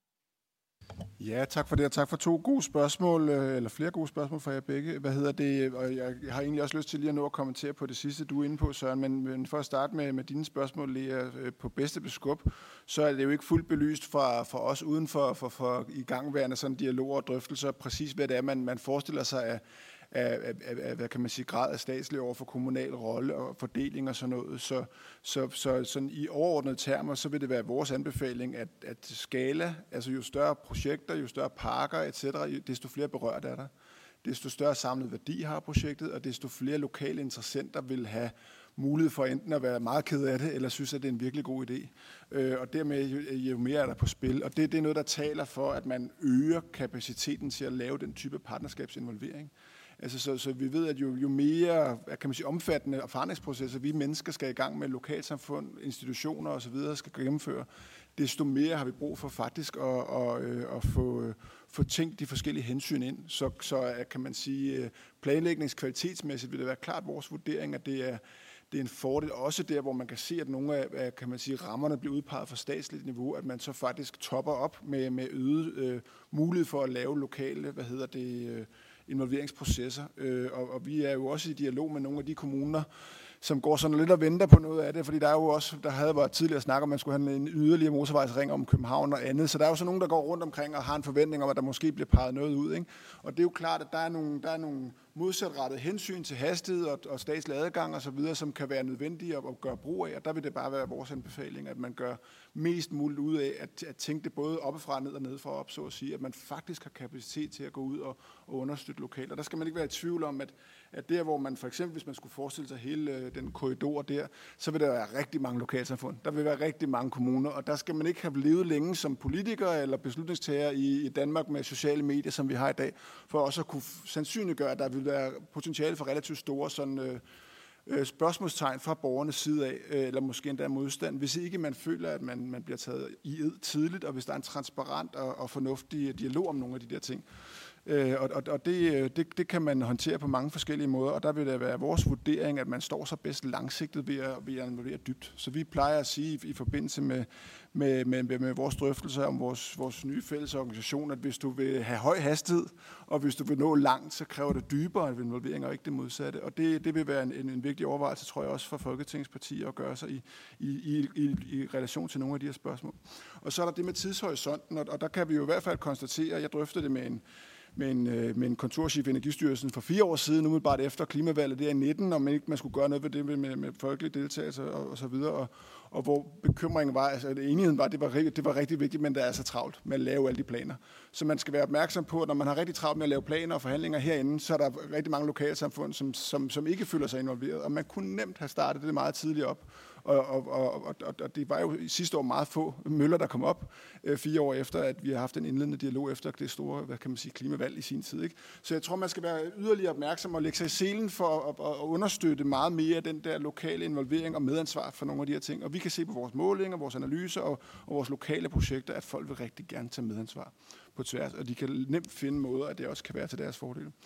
Ja, tak for det, og tak for to gode spørgsmål, eller flere gode spørgsmål fra jer begge. Hvad hedder det? Og jeg har egentlig også lyst til lige at nå at kommentere på det sidste, du er inde på, Søren, men, men for at starte med, med dine spørgsmål, Lea, på bedste beskub, så er det jo ikke fuldt belyst fra, fra os uden for, for, for igangværende sådan dialoger og drøftelser, præcis hvad det er, man, man forestiller sig af, af, af, af, hvad kan man sige, grad af statslig over for kommunal rolle og fordeling og sådan noget. Så, så, så sådan i overordnede termer, så vil det være vores anbefaling, at, at skala, altså jo større projekter, jo større parker, et cetera, desto flere berørte er der. Desto større samlet værdi har projektet, og desto flere lokale interessenter vil have mulighed for enten at være meget ked af det, eller synes, at det er en virkelig god idé. Øh, og dermed jo, jo mere er der på spil. Og det, det er noget, der taler for, at man øger kapaciteten til at lave den type partnerskabsinvolvering. Altså, så, så vi ved, at jo, jo mere kan man sige, omfattende erfaringsprocesser vi mennesker skal i gang med, lokalsamfund, institutioner osv. skal gennemføre, desto mere har vi brug for faktisk at, at, at få, få tænkt de forskellige hensyn ind. Så, så kan man sige, planlægningskvalitetsmæssigt vil det være klart vores vurdering, at det er Det er en fordel også der, hvor man kan se, at nogle af kan man sige, rammerne bliver udpeget fra statsligt niveau, at man så faktisk topper op med, med øget øh, mulighed for at lave lokale, hvad hedder det, øh, involveringsprocesser. Øh, og, og vi er jo også i dialog med nogle af de kommuner, som går sådan lidt og venter på noget af det, fordi der er jo også, der havde været tidligere snak om, at man skulle have en yderligere motorvejsring om København og andet, så der er jo så nogen, der går rundt omkring og har en forventning om, at der måske bliver peget noget ud, ikke? Og det er jo klart, at der er nogle, der er nogle modsatrettede hensyn til hastighed og, og statslig adgang og så videre, som kan være nødvendige at, at gøre brug af, og der vil det bare være vores anbefaling, at man gør mest muligt ud af at, at tænke det både oppefra, ned og nedefra op, så at sige, at man faktisk har kapacitet til at gå ud og, og understøtte lokalt. Og der skal man ikke være i tvivl om, at, at der, hvor man for eksempel, hvis man skulle forestille sig hele den korridor der, så vil der være rigtig mange lokalsamfund. Der vil være rigtig mange kommuner, og der skal man ikke have levet længe som politiker eller beslutningstager i, i Danmark med sociale medier, som vi har i dag, for også at kunne sandsynliggøre, at der vil være potentiale for relativt store sådan, øh, øh, spørgsmålstegn fra borgernes side af, øh, eller måske endda modstand, hvis ikke man føler, at man, man bliver taget i ed tidligt, og hvis der er en transparent og, og fornuftig dialog om nogle af de der ting. Øh, og og det, det, det kan man håndtere på mange forskellige måder, og der vil det være vores vurdering, at man står så bedst langsigtet ved at, ved at involvere dybt. Så vi plejer at sige i, i forbindelse med, med, med, med vores drøftelser om vores, vores nye fælles organisation, at hvis du vil have høj hastighed, og hvis du vil nå langt, så kræver det dybere involvering og ikke det modsatte. Og det, det vil være en, en, en vigtig overvejelse, tror jeg også for Folketingspartier at gøre sig i, i, i, i, i relation til nogle af de her spørgsmål. Og så er der det med tidshorisonten, og, og der kan vi jo i hvert fald konstatere, jeg drøftede det med en med en, med en kontorchef i Energistyrelsen for fire år siden, umiddelbart efter klimavalget, det er nitten, om man ikke man skulle gøre noget ved det med, med folkelig deltagelse og, og så videre, og, og hvor bekymringen var, altså enigheden var, at det var, det var rigtig vigtigt, men der er så travlt med at lave alle de planer. Så man skal være opmærksom på, at når man har rigtig travlt med at lave planer og forhandlinger herinde, så er der rigtig mange lokalsamfund, som, som, som ikke føler sig involveret, og man kunne nemt have startet det meget tidligt op. Og, og, og, og, og det var jo i sidste år meget få møller, der kom op, øh, fire år efter, at vi har haft en indledende dialog efter det store, hvad kan man sige, klimavalg i sin tid, ikke? Så jeg tror, man skal være yderligere opmærksom og lægge sig i selen for at, at, at understøtte meget mere den der lokale involvering og medansvar for nogle af de her ting. Og vi kan se på vores målinger, vores analyser og, og vores lokale projekter, at folk vil rigtig gerne tage medansvar på tværs, og de kan nemt finde måder, at det også kan være til deres fordel.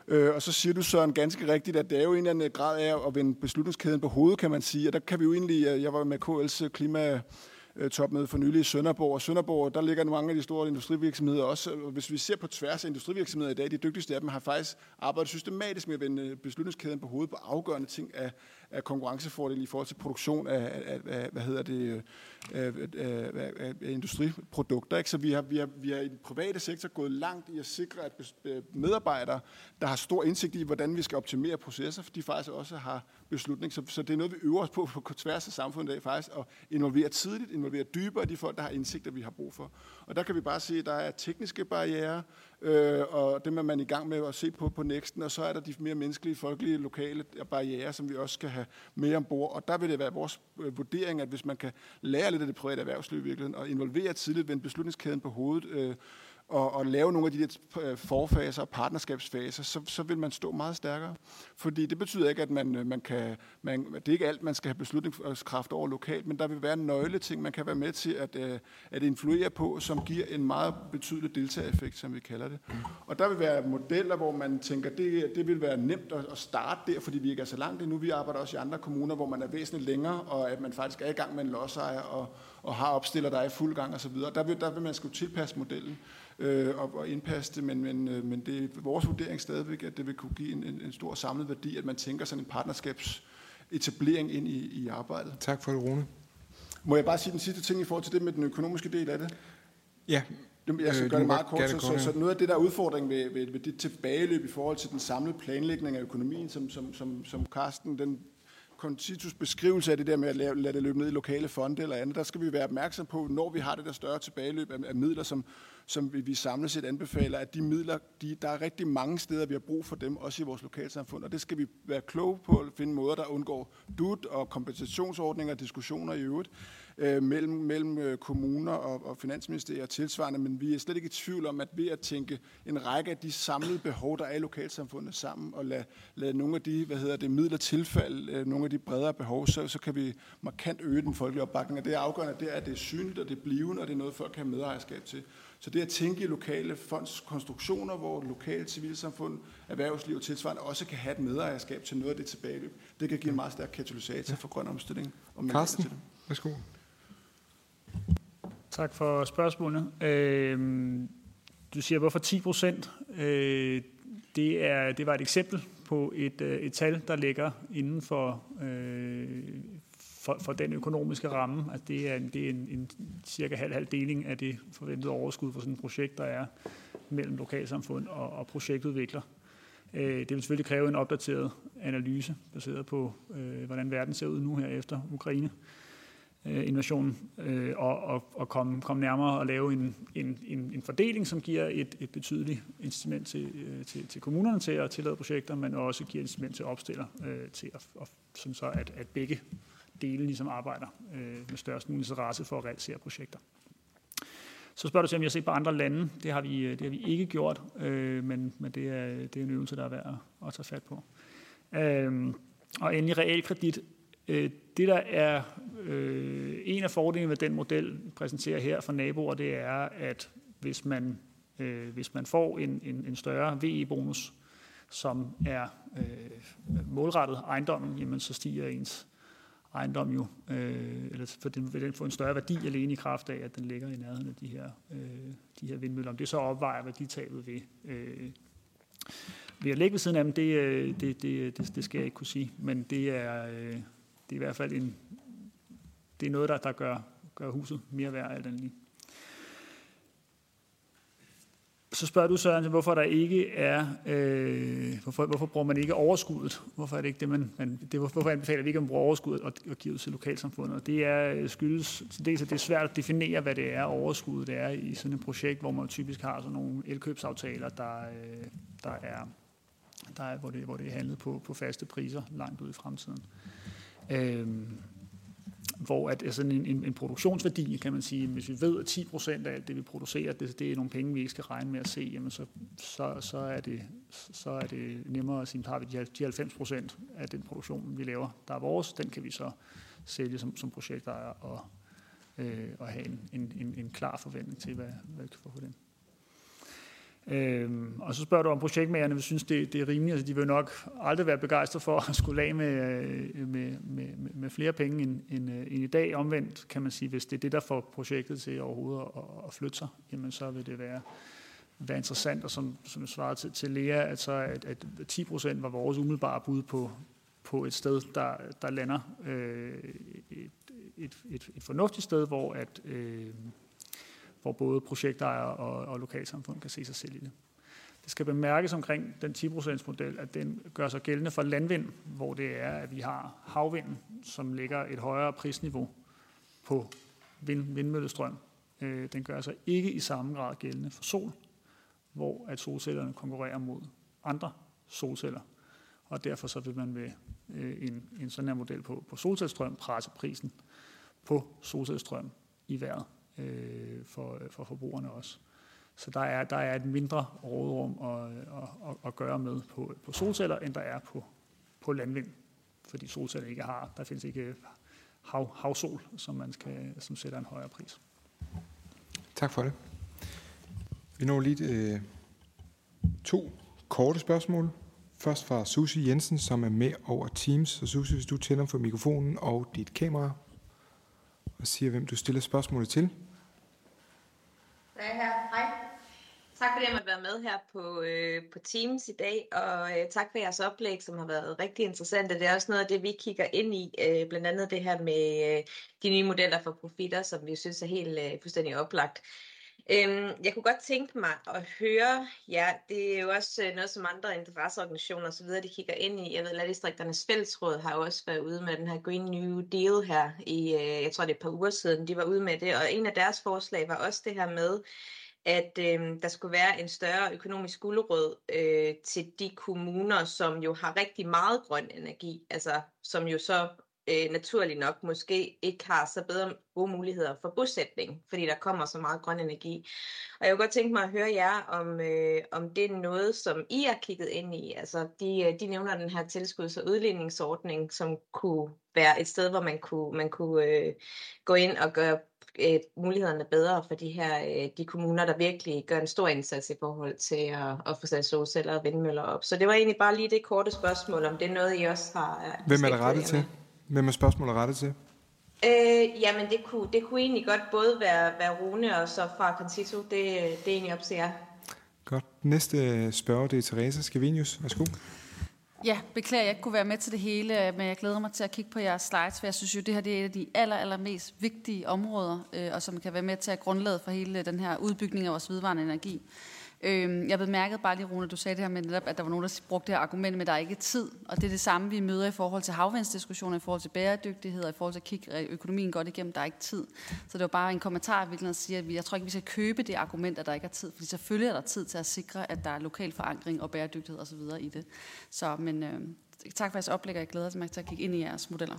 Øh, og så siger du, Søren, ganske rigtigt, at det er jo en eller anden grad af at vende beslutningskæden på hovedet, kan man sige. Og der kan vi jo egentlig, jeg var med K L's klima topmøde for nylig i Sønderborg. Og Sønderborg, der ligger mange af de store industrivirksomheder også. Hvis vi ser på tværs af industrivirksomheder i dag, de dygtigste af dem har faktisk arbejdet systematisk med at vende beslutningskæden på hovedet på afgørende ting af, af konkurrencefordel i forhold til produktion af, af, af hvad hedder det, af, af, af, af industriprodukter. Ikke? Så vi har, vi, har, vi har i den private sektor gået langt i at sikre, at medarbejdere, der har stor indsigt i, hvordan vi skal optimere processer, for de faktisk også har beslutning. Så, så det er noget, vi øver os på på tværs af samfundet i dag faktisk, at involvere tidligt, involvere dybere de folk, der har indsigter, vi har brug for. Og der kan vi bare se, at der er tekniske barrierer, øh, og dem er man i gang med at se på på Nexten, og så er der de mere menneskelige, folkelige, lokale barrierer, som vi også skal have mere ombord. Og der vil det være vores vurdering, at hvis man kan lære lidt af det private erhvervsliv i virkeligheden, og involvere tidligt ved en beslutningskæden på hovedet, øh, og, og lave nogle af de der forfaser og partnerskabsfaser, så, så vil man stå meget stærkere. Fordi det betyder ikke, at man, man kan, man, det er ikke alt, man skal have beslutningskraft over lokalt, men der vil være nøgleting, man kan være med til at, at influere på, som giver en meget betydelig deltagereffekt, som vi kalder det. Og der vil være modeller, hvor man tænker, det, det vil være nemt at starte der, fordi vi ikke er så langt endnu. Vi arbejder også i andre kommuner, hvor man er væsentligt længere, og at man faktisk er i gang med en lodsejer og, og har opstiller, der er i fuld gang osv. Der vil, der vil man skulle tilpasse modellen øh, og, og indpasse det, men, men, men det er vores vurdering stadigvæk, at det vil kunne give en, en, en stor samlet værdi, at man tænker sådan en partnerskabsetablering ind i, i arbejdet. Tak for det, Rune. Må jeg bare sige den sidste ting i forhold til det med den økonomiske del af det? Ja. Jeg skal gøre det meget kort. Det så, så, så noget af det, der er udfordring ved, ved, ved det tilbageløb i forhold til den samlede planlægning af økonomien, som, som, som, som Carsten, den Concitus beskrivelse af det der med at lade, lade det løbe ned i lokale fonde eller andet, der skal vi være opmærksom på, når vi har det der større tilbageløb af, af midler, som, som vi, vi samlet set anbefaler, at de midler, de, der er rigtig mange steder, vi har brug for dem, også i vores lokalsamfund, og det skal vi være kloge på at finde måder, der undgår D U T og kompensationsordninger og diskussioner i øvrigt øh, mellem, mellem øh, kommuner og, og finansministerier og tilsvarende, men vi er slet ikke i tvivl om, at ved at tænke en række af de samlede behov, der er i lokalsamfundet sammen, og lade, lade nogle af de, hvad hedder det, midler tilfalde, øh, nogle af de bredere behov, så, så kan vi markant øge den folkelige opbakning, og det er afgørende, det er, at det er synligt, og det er blivende, og det er noget, folk kan have medejerskab til. Så det at tænke i lokale fondskonstruktioner, hvor lokale civilsamfund, erhvervsliv og tilsvarende også kan have et medejerskab til noget af det tilbageløb, det kan give en meget stærk katalysator for grøn omstilling. Carsten, værsgo. Tak for spørgsmålet. Øh, du siger, hvorfor ti procent? Øh, det, er, det var et eksempel på et, et tal, der ligger inden for, øh, for, for den økonomiske ramme. Altså det er, en, det er en, en cirka halv-halv deling af det forventede overskud for sådan et projekt, der er mellem lokalsamfund og, og projektudvikler. Øh, det vil selvfølgelig kræve en opdateret analyse, baseret på, øh, hvordan verden ser ud nu her efter Ukraine. Invasionen, øh, og, og, og komme, komme nærmere og lave en, en, en, en fordeling, som giver et, et betydeligt incitament til, øh, til, til kommunerne til at tillade projekter, men også giver incitament til opstiller, øh, til at, og, sådan så at, at begge dele ligesom arbejder øh, med størst mulig interesse for at realisere projekter. Så spørger du til, om jeg har set på andre lande. Det har vi, det har vi ikke gjort, øh, men, men det, er, det er en øvelse, der er værd at, at tage fat på. Øh, og endelig realkredit. Det, der er øh, en af fordelene ved den model, vi præsenterer her for naboer, det er, at hvis man, øh, hvis man får en, en, en større V E-bonus, som er øh, målrettet ejendommen, jamen, så stiger ens ejendom jo, øh, eller for den, vil den få en større værdi alene i kraft af, at den ligger i nærheden af de her, øh, de her vindmøller. Om det så opvejer værditabet ved, øh, ved at ligge ved siden af dem, det, det, det, det, det skal jeg ikke kunne sige, men det er... Øh, Det er i hvert fald en, det er noget, der, der gør, gør huset mere værd alt andet lige. Så spørger du, Søren, hvorfor der ikke er, øh, hvorfor, hvorfor bruger man ikke overskuddet? Hvorfor er det ikke det, man, man det, hvorfor anbefaler vi ikke, at man bruger overskuddet og, og giver ud til lokalsamfundet? Og det er skyldes dels, at det er svært at definere, hvad det er overskuddet det er i sådan et projekt, hvor man typisk har sådan nogle elkøbsaftaler, der, øh, der er, der er hvor, det, hvor det er handlet på, på faste priser langt ud i fremtiden. Øhm, hvor at altså en, en, en produktionsværdi, kan man sige, hvis vi ved, at ti procent af alt det, vi producerer, det, det er nogle penge, vi ikke skal regne med at se, jamen så, så, så, er, det, så er det nemmere at sige, at vi de halvfems procent af den produktion, vi laver, der er vores, den kan vi så sælge som, som projektejer og, øh, og have en, en, en, en klar forventning til, hvad, hvad vi kan få for den. Øhm, og så spørger du om projektmagerne, vi synes, det, det er rimeligt. Altså, de vil nok aldrig være begejstret for at skulle af med, med, med, med flere penge end, end, end i dag. Omvendt kan man sige, hvis det er det, der får projektet til overhovedet at, at flytte sig, jamen så vil det være, være interessant. Og som, som svarede til, til Lea, altså, at, at ti procent var vores umiddelbare bud på, på et sted, der, der lander øh, et, et, et, et fornuftigt sted, hvor at øh, hvor både projektejere og, og lokalsamfund kan se sig selv i det. Det skal bemærkes omkring den ti procents model, at den gør sig gældende for landvind, hvor det er, at vi har havvinden, som ligger et højere prisniveau på vind, vindmøllestrøm. Øh, den gør sig ikke i samme grad gældende for sol, hvor at solcellerne konkurrerer mod andre solceller. Og derfor så vil man ved øh, en, en sådan her model på, på solcellestrøm presse prisen på solcellestrøm i vejret. For, for forbrugerne også. Så der er, der er et mindre råderum at, at, at gøre med på, på solceller, end der er på, på landvind. Fordi solceller ikke har, der findes ikke hav, havsol, som, man skal, som sætter en højere pris. Tak for det. Vi når lige øh, to korte spørgsmål. Først fra Susie Jensen, som er med over Teams. Så Susie, hvis du tænder for mikrofonen og dit kamera, og siger, hvem du stiller spørgsmålet til. Der er her. Hej. Tak fordi jeg måtte være med her på, øh, på Teams i dag, og øh, tak for jeres oplæg, som har været rigtig interessante. Det er også noget af det, vi kigger ind i, øh, blandt andet det her med øh, de nye modeller for profitter, som vi synes er helt øh, fuldstændig oplagt. Øhm, jeg kunne godt tænke mig at høre, ja, det er jo også noget, som andre interesseorganisationer og så videre, de kigger ind i. Jeg ved, Landdistrikternes Fællesråd har jo også været ude med den her Green New Deal her i, jeg tror det er et par uger siden, de var ude med det, og en af deres forslag var også det her med, at øh, der skulle være en større økonomisk gulerod øh, til de kommuner, som jo har rigtig meget grøn energi, altså som jo så øh, naturligt nok måske ikke har så bedre gode muligheder for bosætning, fordi der kommer så meget grøn energi. Og jeg kunne godt tænke mig at høre jer, om, øh, om det er noget, som I har kigget ind i. Altså, de, de nævner den her tilskuds- og udligningsordning, som kunne være et sted, hvor man kunne, man kunne øh, gå ind og gøre øh, mulighederne bedre for de her øh, de kommuner, der virkelig gør en stor indsats i forhold til at, at få sat solceller og vindmøller op. Så det var egentlig bare lige det korte spørgsmål, om det er noget, I også har... Hvem er det rettet til? Hvem er spørgsmålet rettet til? Øh, jamen, det kunne, det kunne egentlig godt både være, være Rune og så fra Concito. Det, det er egentlig op til jer. Godt. Næste spørger, det er Therese Scavenius. Værsgo. Ja, beklager, jeg ikke kunne være med til det hele, men jeg glæder mig til at kigge på jeres slides, for jeg synes jo, det her det er et af de aller, aller mest vigtige områder, øh, og som kan være med til at grundlade for hele den her udbygning af vores vedvarende energi. Øh, jeg bemærkede bare lige, Rune, du sagde det her med netop, at der var nogen, der brugte det her argument med, at der ikke er tid, og det er det samme, vi møder i forhold til havvindsdiskussioner, i forhold til bæredygtighed, og i forhold til at kigge økonomien godt igennem, der er ikke tid. Så det var bare en kommentar, virkelig at sige, at jeg tror ikke, vi skal købe det argument, at der ikke er tid, fordi selvfølgelig er der tid til at sikre, at der er lokal forankring og bæredygtighed osv. i det. Så, men øh, tak for jeres oplæg, og jeg glæder mig til at kigge ind i jeres modeller.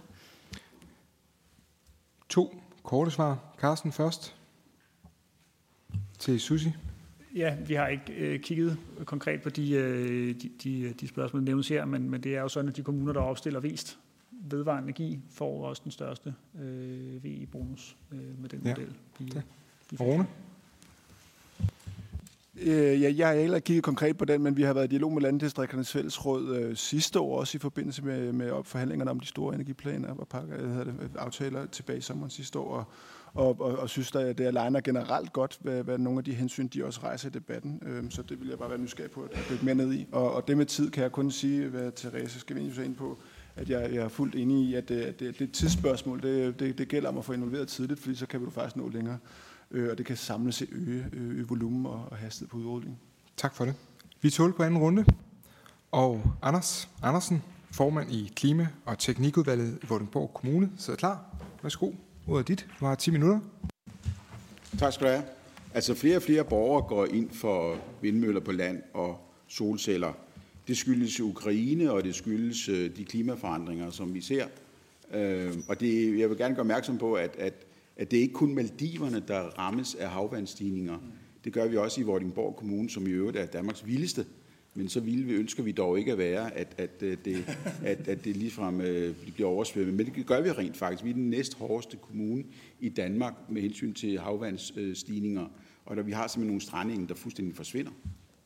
To korte svar. Carsten først. Til Susie. Ja, vi har ikke øh, kigget konkret på de, øh, de, de, de spørgsmål, der nævnes her, men, men det er jo sådan, at de kommuner, der opstiller vist vedvarende energi, får også den største øh, V I-bonus øh, med den ja. model. De, ja. de Rune? Øh, ja, jeg har ikke kigget konkret på den, men vi har været i dialog med Landdistrikternes Fællesråd øh, sidste år, også i forbindelse med, med forhandlingerne om de store energiplaner og pakker, hedder det, aftaler tilbage i sommeren sidste år, og Og, og, og synes, at det aligner generelt godt, hvad, hvad nogle af de hensyn, de også rejser i debatten. Øhm, så det vil jeg bare være nysgerrig på at dykke mere ned i. Og, og det med tid kan jeg kun sige, hvad Therese Scavenius er inde på, at jeg, jeg er fuldt enig i, at det, at det, det er et tidsspørgsmål. Det, det, det gælder om at få involveret tidligt, fordi så kan vi jo faktisk nå længere. Øh, og det kan samlet set øge, øge volumen og, og hastighed på udrulling. Tak for det. Vi tåler på anden runde. Og Anders Andersen, formand i Klima- og Teknikudvalget i Vordingborg Kommune, sidder klar. Værsgo. Ordet er dit. Du har ti minutter. Tak skal du have. Altså flere og flere borgere går ind for vindmøller på land og solceller. Det skyldes Ukraine, og det skyldes de klimaforandringer, som vi ser. Og det, jeg vil gerne gøre opmærksom på, at, at, at det er ikke kun Maldiverne, der rammes af havvandsstigninger. Det gør vi også i Vordingborg Kommune, som i øvrigt er Danmarks vildeste. Men så vilde vi ønsker vi dog ikke at være, at, at, det, at, at det ligefrem øh, bliver oversvømmet. Men det gør vi rent faktisk. Vi er den næst hårdeste kommune i Danmark med hensyn til havvandsstigninger. Og der, vi har simpelthen nogle strandenge, der fuldstændig forsvinder.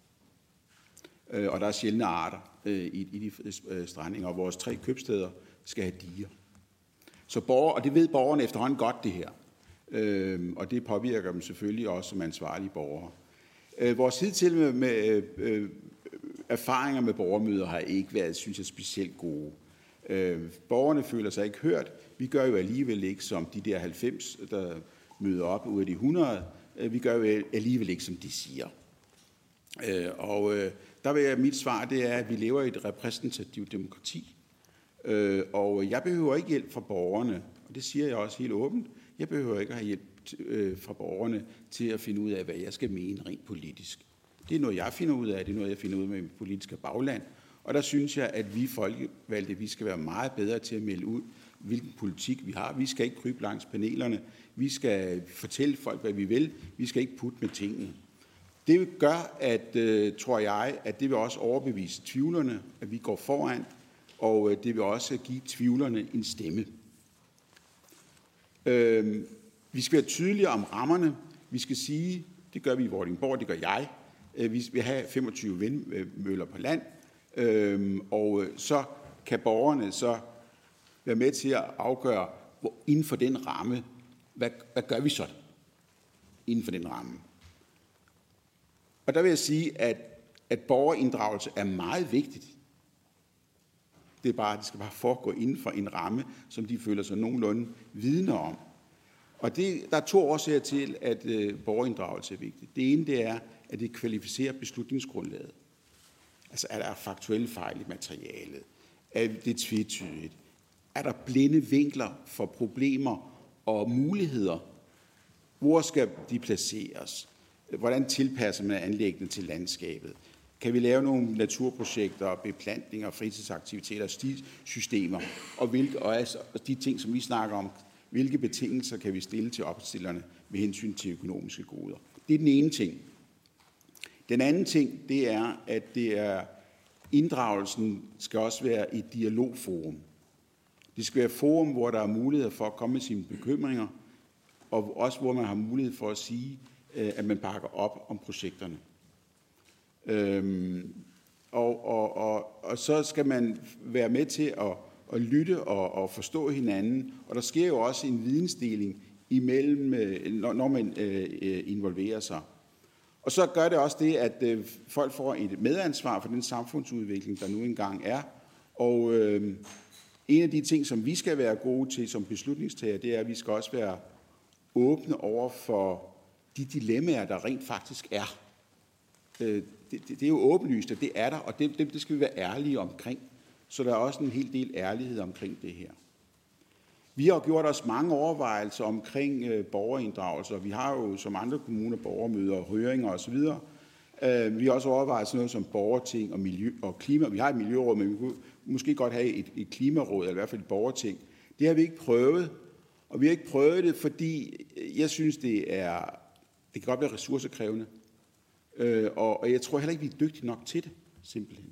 øh, og der er sjældne arter øh, i, i de øh, strandinger, og vores tre købsteder skal have diger. Så borger, og det ved borgerne efterhånden godt, det her. Øh, og det påvirker dem selvfølgelig også som ansvarlige borgere. Øh, vores hidtil med, med øh, erfaringer med borgermøder har ikke været, synes jeg, specielt gode. Øh, borgerne føler sig ikke hørt. Vi gør jo alligevel ikke som de der halvfems, der møder op ud af de hundrede. Øh, vi gør jo alligevel ikke, som de siger. Øh, og øh, der vil jeg, mit svar, det er, at vi lever i et repræsentativt demokrati. Øh, og jeg behøver ikke hjælp fra borgerne, og det siger jeg også helt åbent. Jeg behøver ikke at have hjælp øh, fra borgerne til at finde ud af, hvad jeg skal mene rent politisk. Det er noget, jeg finder ud af, det er noget, jeg finder ud af med mit politiske bagland. Og der synes jeg, at vi folkevalgte, vi skal være meget bedre til at melde ud, hvilken politik vi har. Vi skal ikke krybe langs panelerne. Vi skal fortælle folk, hvad vi vil. Vi skal ikke putte med tingene. Det gør, at, øh, tror jeg, at det vil også overbevise tvivlerne, at vi går foran, og øh, det vil også give tvivlerne en stemme. Øh, vi skal være tydeligere om rammerne. Vi skal sige, det gør vi i Vordingborg, det gør jeg. Øh, vi vil have femogtyve vindmøller på land, øh, og øh, så kan borgerne så være med til at afgøre, hvor, inden for den ramme, hvad, hvad gør vi så inden for den ramme? Og der vil jeg sige, at, at borgerinddragelse er meget vigtigt. Det er bare, det skal bare foregå inden for en ramme, som de føler sig nogenlunde vidne om. Og det, der er to årsager til, at øh, borgerinddragelse er vigtigt. Det ene, det er, at det kvalificerer beslutningsgrundlaget. Altså, er der faktuelle fejl i materialet? Er det tvetydigt? Er der blinde vinkler for problemer og muligheder? Hvor skal de placeres? Hvordan tilpasser man anlæggene til landskabet? Kan vi lave nogle naturprojekter, beplantninger, fritidsaktiviteter, stisystemer, og, hvilke, og altså de ting, som vi snakker om, hvilke betingelser kan vi stille til opstillerne med hensyn til økonomiske goder? Det er den ene ting. Den anden ting, det er, at det er, inddragelsen skal også være et dialogforum. Det skal være et forum, hvor der er mulighed for at komme med sine bekymringer, og også hvor man har mulighed for at sige, at man bakker op om projekterne. Øhm, og, og, og, og så skal man være med til at, at lytte og, og forstå hinanden, og der sker jo også en vidensdeling imellem, når, når man øh, involverer sig. Og så gør det også det, at øh, folk får et medansvar for den samfundsudvikling, der nu engang er, og øh, en af de ting, som vi skal være gode til som beslutningstager, det er, at vi skal også være åbne over for de dilemmaer, der rent faktisk er. Det, det, det er jo åbenlyst, at det er der, og det, det, det skal vi være ærlige omkring. Så der er også en hel del ærlighed omkring det her. Vi har gjort os mange overvejelser omkring øh, borgerinddragelser. Vi har jo som andre kommuner borgermøder, høringer osv. Øh, vi har også overvejet sådan noget som borgerting og, miljø, og klima. Vi har et miljøråd, men vi kunne måske godt have et, et klimaråd, eller i hvert fald et borgerting. Det har vi ikke prøvet, og vi har ikke prøvet det, fordi jeg synes, det er... Det kan godt være ressourcekrævende, øh, og, og jeg tror heller ikke, vi er dygtige nok til det, simpelthen.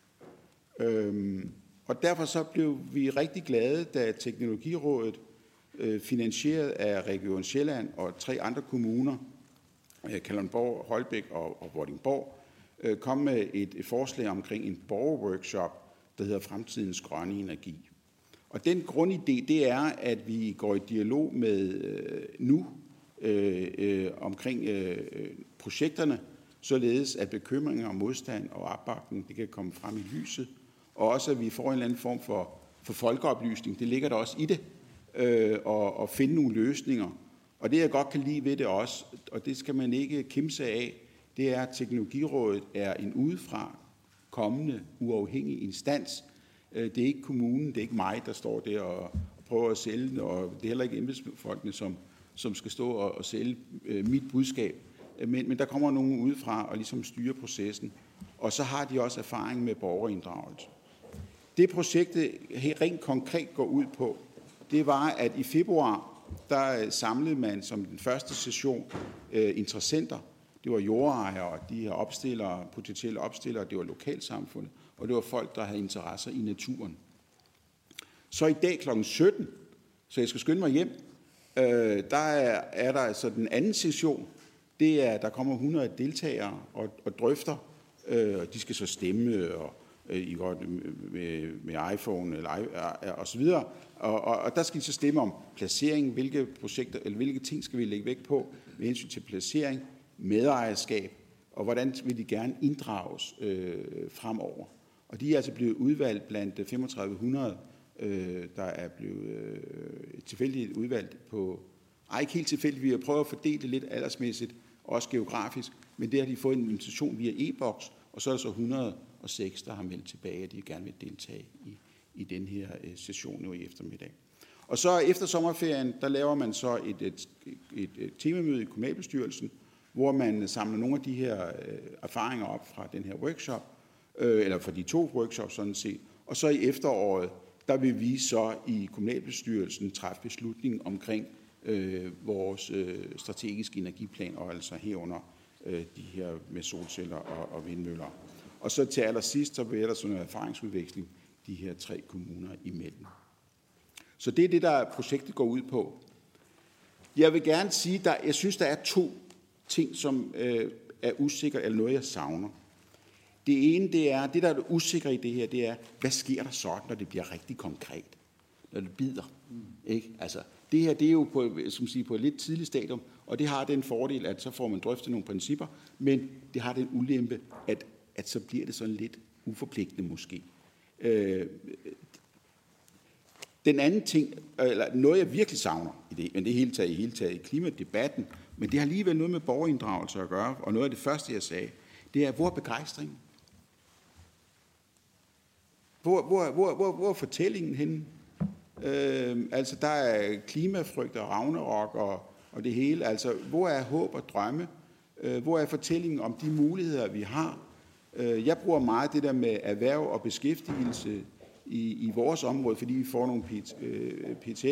Øhm, og derfor så blev vi rigtig glade, da Teknologirådet, øh, finansieret af Region Sjælland og tre andre kommuner, øh, Kalundborg, Holbæk og, og Vordingborg, øh, kom med et, et forslag omkring en borgerworkshop, der hedder Fremtidens Grønne Energi. Og den grundidé, det er, at vi går i dialog med øh, nu, Øh, øh, omkring øh, projekterne, således at bekymringer og modstand og opbakning, det kan komme frem i lyset, og også at vi får en eller anden form for, for folkeoplysning, det ligger der også i det, øh, og, og finde nogle løsninger. Og det jeg godt kan lide ved det også, og det skal man ikke kimse af, det er, at Teknologirådet er en udefra kommende uafhængig instans. Det er ikke kommunen, det er ikke mig, der står der og prøver at sælge den, og det er heller ikke embedsfolkene, som som skal stå og, og sælge øh, mit budskab. Men, men der kommer nogen udefra og ligesom styre processen. Og så har de også erfaring med borgerinddragelse. Det projektet rent konkret går ud på, det var, at i februar, der samlede man som den første session øh, interessenter. Det var jordejere, og de her opstillere, potentielle opstillere, det var lokalsamfundet, og det var folk, der havde interesser i naturen. Så i dag klokken sytten, så jeg skal skynde mig hjem, Øh, der er, er der altså den anden session, det er, der kommer hundrede deltagere og, og drøfter øh, og de skal så stemme og, øh, i godt, med, med iPhone eller, og så videre. Og, og, og der skal de så stemme om placering, hvilke projekter eller hvilke ting skal vi lægge vægt på med hensyn til placering, medejerskab, og hvordan vil de gerne inddrages øh, fremover. Og de er altså blevet udvalgt blandt femogtredive hundrede, øh, der er blevet øh, tilfældigt udvalgt på, ej ikke helt tilfældigt, vi har prøvet at fordele det lidt aldersmæssigt, også geografisk, men det har de fået en invitation via e-boks, og så er der så et hundrede og seks, der har meldt tilbage, at de gerne vil deltage i, i den her øh, session nu i eftermiddag. Og så efter sommerferien, der laver man så et, et, et, et temamøde i kommunalbestyrelsen, hvor man samler nogle af de her øh, erfaringer op fra den her workshop, øh, eller fra de to workshops sådan set. Og så i efteråret, der vil vi så i kommunalbestyrelsen træffe beslutning omkring øh, vores øh, strategiske energiplan, og altså herunder øh, de her med solceller og, og vindmøller. Og så til allersidst, så vil der sådan en erfaringsudveksling de her tre kommuner imellem. Så det er det, der projektet går ud på. Jeg vil gerne sige, at jeg synes, der er to ting, som øh, er usikre, eller noget, jeg savner. Det ene, det er, det der er usikre i det her, det er, hvad sker der så, når det bliver rigtig konkret? Når det bider. Mm. Ikke? Altså, det her, det er jo på, som siger, på et lidt tidligt stadium, og det har den fordel, at så får man drøftet nogle principper, men det har den ulempe, at, at så bliver det sådan lidt uforpligtende måske. Øh, den anden ting, eller noget jeg virkelig savner i det, men det er hele taget i hele taget i klimadebatten, men det har alligevel noget med borgerinddragelse at gøre, og noget af det første, jeg sagde, det er, hvor er begejstringen? Hvor, hvor, hvor, hvor, hvor er fortællingen henne? Øh, altså, der er klimafrygt og ragnarok og, og det hele. Altså, hvor er håb og drømme? Øh, hvor er fortællingen om de muligheder, vi har? Øh, jeg bruger meget det der med erhverv og beskæftigelse i, i vores område, fordi vi får nogle P T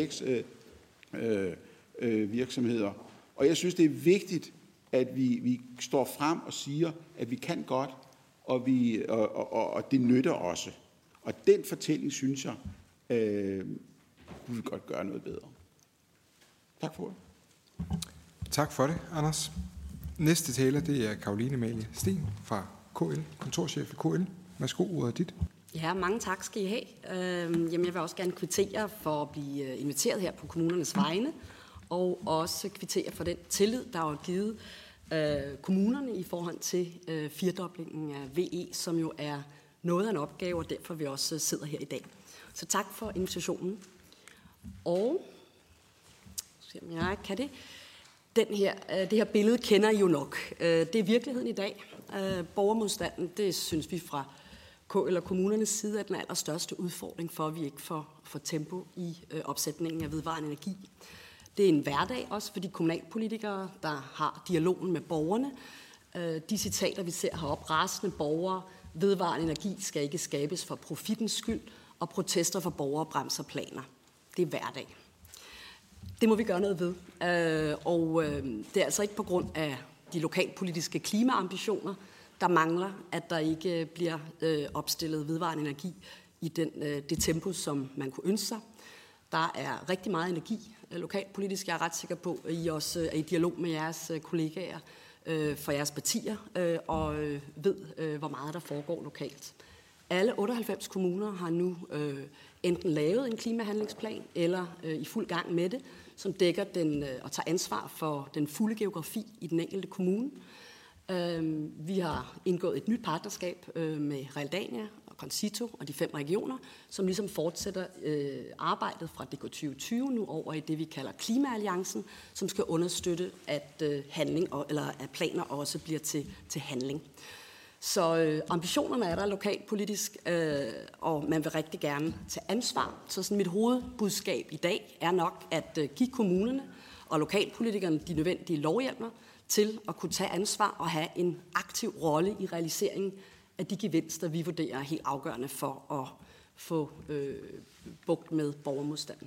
X-virksomheder. Øh, øh, og jeg synes, det er vigtigt, at vi, vi står frem og siger, at vi kan godt, og, vi, og, og, og det nytter også. Og den fortælling, synes jeg, øh, vi vil godt gøre noget bedre. Tak for det. Tak for det, Anders. Næste taler, det er Caroline Amalie Sten fra K L, kontorchef i K L. Værsgo, ordet er dit. Ja, mange tak skal I have. Øh, jamen, jeg vil også gerne kvittere for at blive inviteret her på kommunernes vegne, og også kvittere for den tillid, der er givet øh, kommunerne i forhold til øh, firdoblingen af V E, som jo er noget af en opgave, og derfor vi også sidder her i dag. Så tak for invitationen. Og, se om jeg kan det, den her, øh, det her billede kender I jo nok. Øh, det er virkeligheden i dag. Øh, borgermodstanden, det synes vi fra K eller kommunernes side er den allerstørste udfordring for, at vi ikke får, får tempo i øh, opsætningen af vedvarende energi. Det er en hverdag også for de kommunalpolitikere, der har dialogen med borgerne. Øh, de citater, vi ser heroppe, rasende borgere, vedvarende energi skal ikke skabes for profittens skyld, og protester for borgere bremser planer. Det er hverdag. Det må vi gøre noget ved. Øh, og øh, det er altså ikke på grund af de lokalpolitiske klimaambitioner, der mangler, at der ikke bliver øh, opstillet vedvarende energi i den, øh, det tempo, som man kunne ønske sig. Der er rigtig meget energi øh, lokalpolitisk. Jeg er ret sikker på, at I også er i dialog med jeres øh, kollegaer øh, for jeres partier øh, og øh, ved, øh, hvor meget der foregår lokalt. Alle otteoghalvfems kommuner har nu øh, enten lavet en klimahandlingsplan eller øh, i fuld gang med det, som dækker den, øh, og tager ansvar for den fulde geografi i den enkelte kommune. Øh, vi har indgået et nyt partnerskab øh, med Realdania og Concito og de fem regioner, som ligesom fortsætter øh, arbejdet fra D K tyve tyve nu over i det, vi kalder Klimaalliancen, som skal understøtte, at øh, handling og, eller at planer også bliver til, til handling. Så øh, ambitionerne er der lokalpolitisk, øh, og man vil rigtig gerne tage ansvar. Så sådan mit hovedbudskab i dag er nok at øh, give kommunerne og lokalpolitikerne de nødvendige lovhjemler til at kunne tage ansvar og have en aktiv rolle i realiseringen af de gevinster, vi vurderer er helt afgørende for at få øh, bugt med borgermodstanden.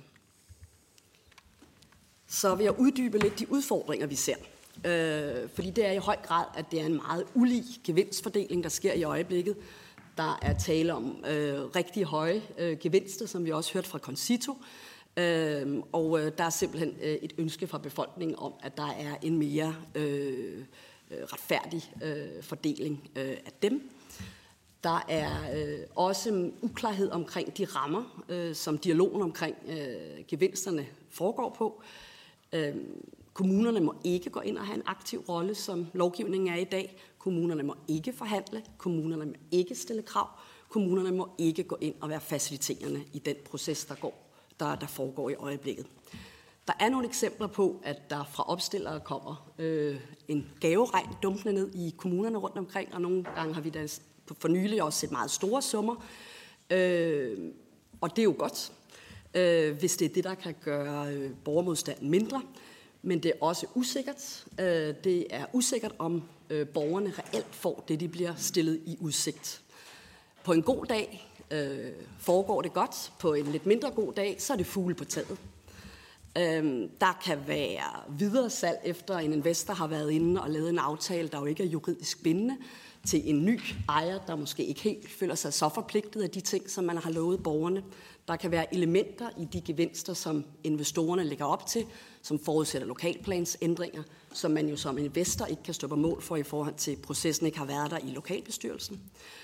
Så vil jeg uddybe lidt de udfordringer, vi ser. Øh, fordi det er i høj grad, at det er en meget ulig gevinstfordeling, der sker i øjeblikket. Der er tale om øh, rigtig høje øh, gevinster, som vi også hørte fra Concito. Øh, og øh, der er simpelthen øh, et ønske fra befolkningen om, at der er en mere øh, retfærdig øh, fordeling øh, af dem. Der er øh, også uklarhed omkring de rammer, øh, som dialogen omkring øh, gevinsterne foregår på. Øh, kommunerne må ikke gå ind og have en aktiv rolle, som lovgivningen er i dag. Kommunerne må ikke forhandle. Kommunerne må ikke stille krav. Kommunerne må ikke gå ind og være faciliterende i den proces, der, går, der, der foregår i øjeblikket. Der er nogle eksempler på, at der fra opstillere kommer øh, en gaveregn dumpende ned i kommunerne rundt omkring, og nogle gange har vi da for nylig også set meget store summer. Øh, og det er jo godt, øh, hvis det er det, der kan gøre øh, borgermodstanden mindre. Men det er også usikkert. Øh, det er usikkert, om øh, borgerne reelt får det, de bliver stillet i udsigt. På en god dag øh, foregår det godt. På en lidt mindre god dag, så er det fugle på taget. Øh, der kan være videre salg efter en investor har været inde og lavet en aftale, der jo ikke er juridisk bindende, til en ny ejer, der måske ikke helt føler sig så forpligtet af de ting, som man har lovet borgerne. Der kan være elementer i de gevinster, som investorerne lægger op til, som forudsætter lokalplansændringer, som man jo som investor ikke kan stå på mål for i forhold til processen ikke har været der i lokalbestyrelsen.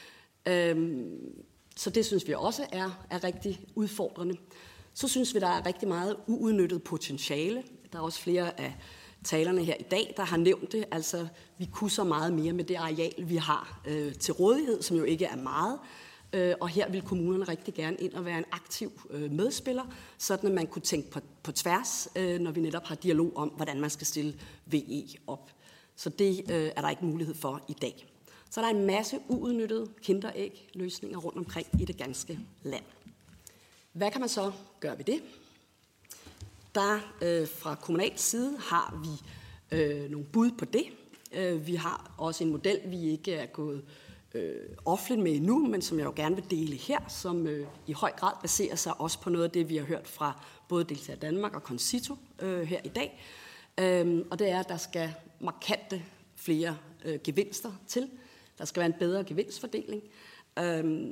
Øhm, så det synes vi også er, er rigtig udfordrende. Så synes vi, der er rigtig meget uudnyttet potentiale. Der er også flere af talerne her i dag, der har nævnt det. Altså, vi kunne så meget mere med det areal, vi har øh, til rådighed, som jo ikke er meget. Øh, og her vil kommunerne rigtig gerne ind og være en aktiv øh, medspiller, sådan at man kunne tænke på, på tværs, øh, når vi netop har dialog om, hvordan man skal stille V E op. Så det øh, er der ikke mulighed for i dag. Så der er en masse uudnyttede kinderæg-løsninger rundt omkring i det ganske land. Hvad kan man så gøre ved det? Der øh, fra kommunal side har vi øh, nogle bud på det. Øh, vi har også en model, vi ikke er gået øh, offentligt med endnu, men som jeg jo gerne vil dele her, som øh, i høj grad baserer sig også på noget af det, vi har hørt fra både Delta Danmark og Concito øh, her i dag. Øh, og det er, at der skal markante flere øh, gevinster til. Der skal være en bedre gevinstfordeling. Øh,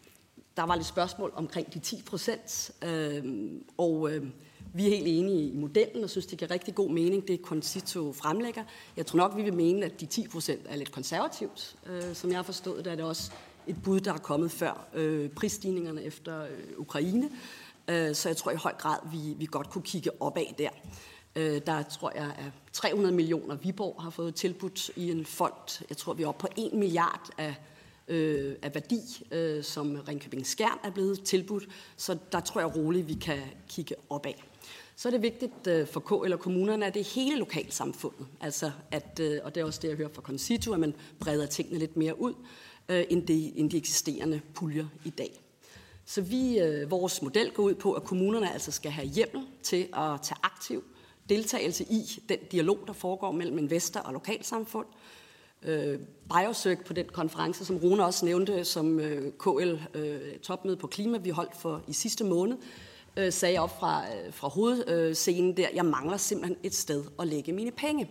der var lidt spørgsmål omkring de ti procent, øh, og øh, vi er helt enige i modellen og synes, det giver rigtig god mening, det Concito fremlægger. Jeg tror nok, vi vil mene, at de ti procent er lidt konservativt. Øh, som jeg har forstået, der er det også et bud, der er kommet før øh, prisstigningerne efter øh, Ukraine. Øh, så jeg tror i høj grad, vi, vi godt kunne kigge opad der. Øh, der tror jeg, at tre hundrede millioner Viborg har fået tilbudt i en fond. Jeg tror, vi er oppe på en milliard af Øh, af værdi, øh, som Ringkøbing Skjern er blevet tilbudt. Så der tror jeg roligt, vi kan kigge opad. Så er det vigtigt øh, for K L og kommunerne, at det er hele lokalsamfundet. Altså at, øh, og det er også det, jeg hører fra Concito, at man breder tingene lidt mere ud, øh, end, de, end de eksisterende puljer i dag. Så vi, øh, vores model går ud på, at kommunerne altså skal have hjemmel til at tage aktiv deltagelse i den dialog, der foregår mellem investor og lokalsamfund. Øh, Biosøg på den konference, som Rune også nævnte, som øh, K L-topmøde øh, på klima, vi holdt for i sidste måned, øh, sagde op fra, øh, fra hovedscenen der, jeg mangler simpelthen et sted at lægge mine penge.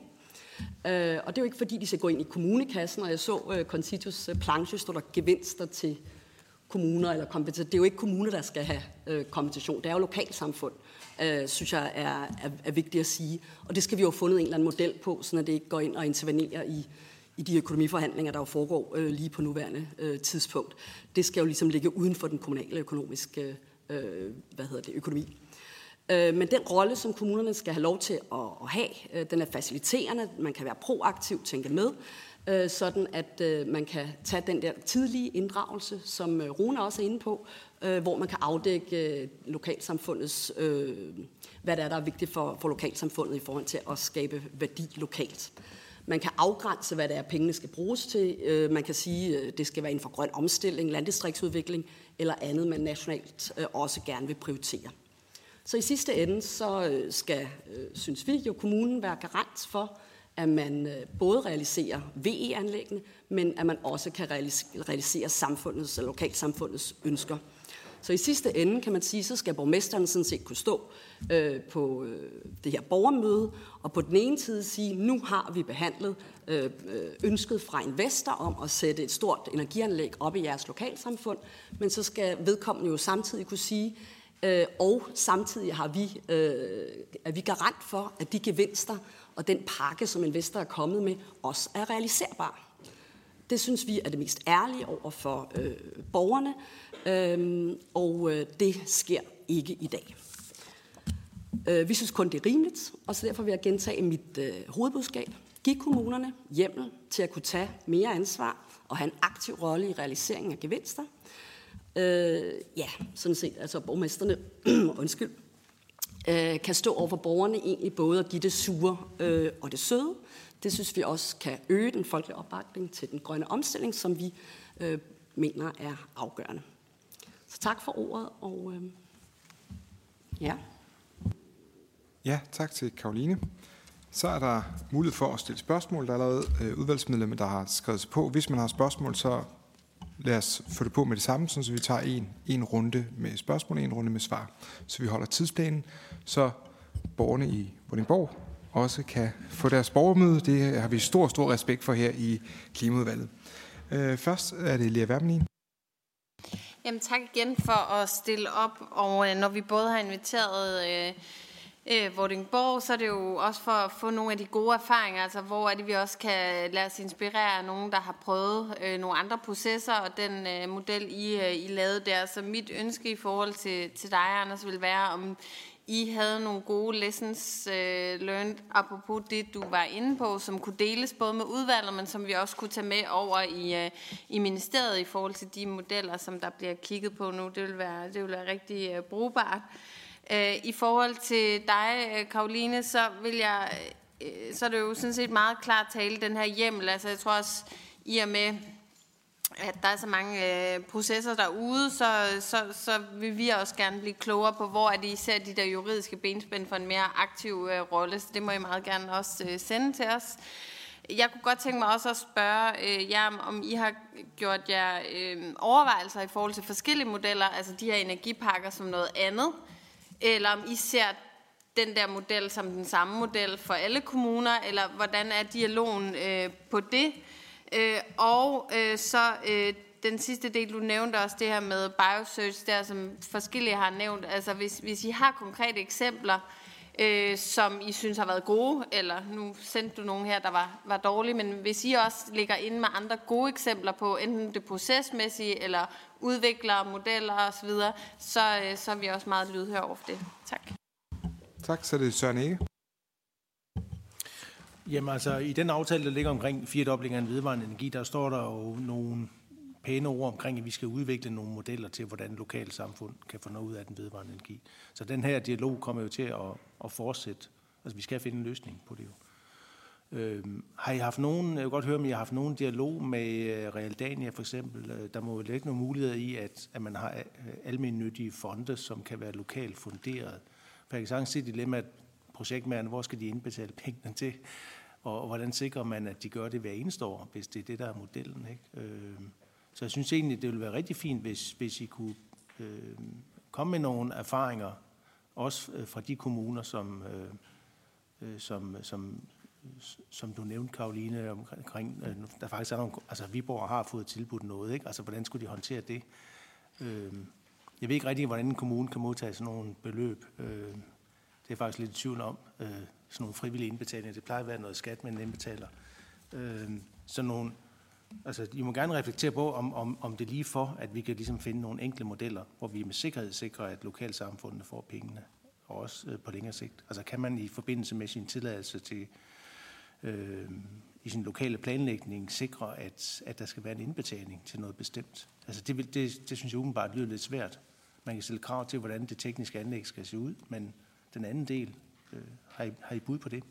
Øh, og det er jo ikke fordi, de skal gå ind i kommunekassen, og jeg så øh, Concitos øh, planche, stod der gevinster til kommuner eller kompensation. Det er jo ikke kommuner, der skal have øh, kompensation, det er jo lokalsamfund, øh, synes jeg er, er, er vigtigt at sige. Og det skal vi jo have fundet en eller anden model på, så det ikke går ind og intervenerer i i de økonomiforhandlinger, der jo foregår øh, lige på nuværende øh, tidspunkt. Det skal jo ligesom ligge uden for den kommunale økonomiske øh, hvad hedder det, økonomi. Øh, men den rolle, som kommunerne skal have lov til at, at have, øh, den er faciliterende, man kan være proaktiv, tænke med, øh, sådan at øh, man kan tage den der tidlige inddragelse, som øh, Rune også er inde på, øh, hvor man kan afdække øh, lokalsamfundets, øh, hvad der er, der er vigtigt for, for lokalsamfundet i forhold til at skabe værdi lokalt. Man kan afgrænse, hvad det er, pengene skal bruges til. Man kan sige, at det skal være inden for grøn omstilling, landdistriktsudvikling eller andet, man nationalt også gerne vil prioritere. Så i sidste ende, så skal, synes vi, jo kommunen være garant for, at man både realiserer V E-anlæggene, men at man også kan realisere samfundets og lokalsamfundets ønsker. Så i sidste ende, kan man sige, så skal borgmesteren sådan set kunne stå øh, på øh, det her borgermøde, og på den ene side sige, nu har vi behandlet øh, ønsket fra investor om at sætte et stort energianlæg op i jeres lokalsamfund, men så skal vedkommende jo samtidig kunne sige, øh, og samtidig har vi, øh, er vi garant for, at de gevinster og den pakke, som investor er kommet med, også er realiserbar. Det synes vi er det mest ærlige over for øh, borgerne, øh, og øh, det sker ikke i dag. Øh, vi synes kun, det er rimeligt, og så derfor vil jeg gentage mit øh, hovedbudskab. Giv kommunerne hjemmel til at kunne tage mere ansvar og have en aktiv rolle i realiseringen af gevinster. Øh, ja, sådan set, altså borgmesterne, undskyld, øh, kan stå over for borgerne egentlig både at give det sure øh, og det søde. Det synes vi også kan øge den folkelige opbakning til den grønne omstilling, som vi øh, mener er afgørende. Så tak for ordet, og øh, ja. Ja, tak til Karoline. Så er der mulighed for at stille spørgsmål. Der er allerede øh, udvalgsmedlemmer, der har skrevet sig på. Hvis man har spørgsmål, så lad os få det på med det samme, så vi tager en, en runde med spørgsmål og en runde med svar. Så vi holder tidsplanen, så borgerne i Vordingborg også kan få deres borgermøde. Det har vi stor, stor respekt for her i Klimaudvalget. Øh, først er det Lea Wermelin. Jamen tak igen for at stille op, og når vi både har inviteret øh, øh, Vordingborg, så er det jo også for at få nogle af de gode erfaringer, altså hvor er det, vi også kan lade os inspirere af nogen, der har prøvet øh, nogle andre processer, og den øh, model, I, øh, I lavede der. Så mit ønske i forhold til, til dig, Anders, vil være, om I havde nogle gode lessons øh, learned, apropos det, du var inde på, som kunne deles både med udvalget, men som vi også kunne tage med over i, øh, i ministeriet i forhold til de modeller, som der bliver kigget på nu. Det vil være, det vil være rigtig øh, brugbart. Øh, I forhold til dig, Karoline, så vil jeg, øh, så er det jo sådan set meget klart tale, den her hjemmel. Altså jeg tror også, i og med at der er så mange øh, processer derude, så, så, så vil vi også gerne blive klogere på, hvor er det især de der juridiske benspænd for en mere aktiv øh, rolle. Så det må I meget gerne også øh, sende til os. Jeg kunne godt tænke mig også at spørge øh, jer, om I har gjort jer øh, overvejelser i forhold til forskellige modeller, altså de her energipakker som noget andet, eller om I ser den der model som den samme model for alle kommuner, eller hvordan er dialogen øh, på det? Øh, og øh, så øh, den sidste del, du nævnte også, det her med biosearch, der som forskellige har nævnt. Altså hvis, hvis I har konkrete eksempler, øh, som I synes har været gode, eller nu sendte du nogen her, der var, var dårlige, men hvis I også ligger inde med andre gode eksempler på enten det procesmæssige, eller udvikler modeller osv., så, øh, så er vi også meget lydhøre over for det. Tak. Tak, så er det Søren Ege. Jamen altså, i den aftale, der ligger omkring firedobling af en vedvarende energi, der står der jo nogle pæne ord omkring, at vi skal udvikle nogle modeller til, hvordan lokale samfund kan få noget ud af den vedvarende energi. Så den her dialog kommer jo til at, at fortsætte. Altså, vi skal finde en løsning på det jo. Øhm, har I haft nogen, jeg vil godt høre, om I har haft nogen dialog med Realdania for eksempel? Der må jo ligge nogle muligheder i, at, at man har almennyttige fonde, som kan være lokalt funderet. For jeg kan sagtens se dilemmaet, projektmagerne, hvor skal de indbetale pengene til? Og, og hvordan sikrer man, at de gør det hver eneste år, hvis det er det, der er modellen, ikke? Øh, så jeg synes egentlig, det ville være rigtig fint, hvis, hvis I kunne øh, komme med nogle erfaringer, også øh, fra de kommuner, som, øh, som, som, som du nævnte, Karoline, omkring, øh, der faktisk er nogle, altså Viborg har fået tilbudt noget, ikke? Altså hvordan skulle de håndtere det? Øh, jeg ved ikke rigtig, hvordan en kommune kan modtage sådan nogle beløb. Øh, det er faktisk lidt i tvivl om. Øh, sådan nogle frivillige indbetalinger, det plejer at være noget skat, man indbetaler. Øh, sådan nogle, altså, I må gerne reflektere på, om, om, om det er lige for, at vi kan ligesom finde nogle enkle modeller, hvor vi med sikkerhed sikrer, at lokalsamfundene får pengene, og også øh, på længere sigt. Altså kan man i forbindelse med sin tilladelse til øh, i sin lokale planlægning sikre, at, at der skal være en indbetaling til noget bestemt. Altså det, det, det, det synes jeg umiddelbart lyder lidt svært. Man kan stille krav til, hvordan det tekniske anlæg skal se ud, men den anden del, øh, har, I, har I bud på det?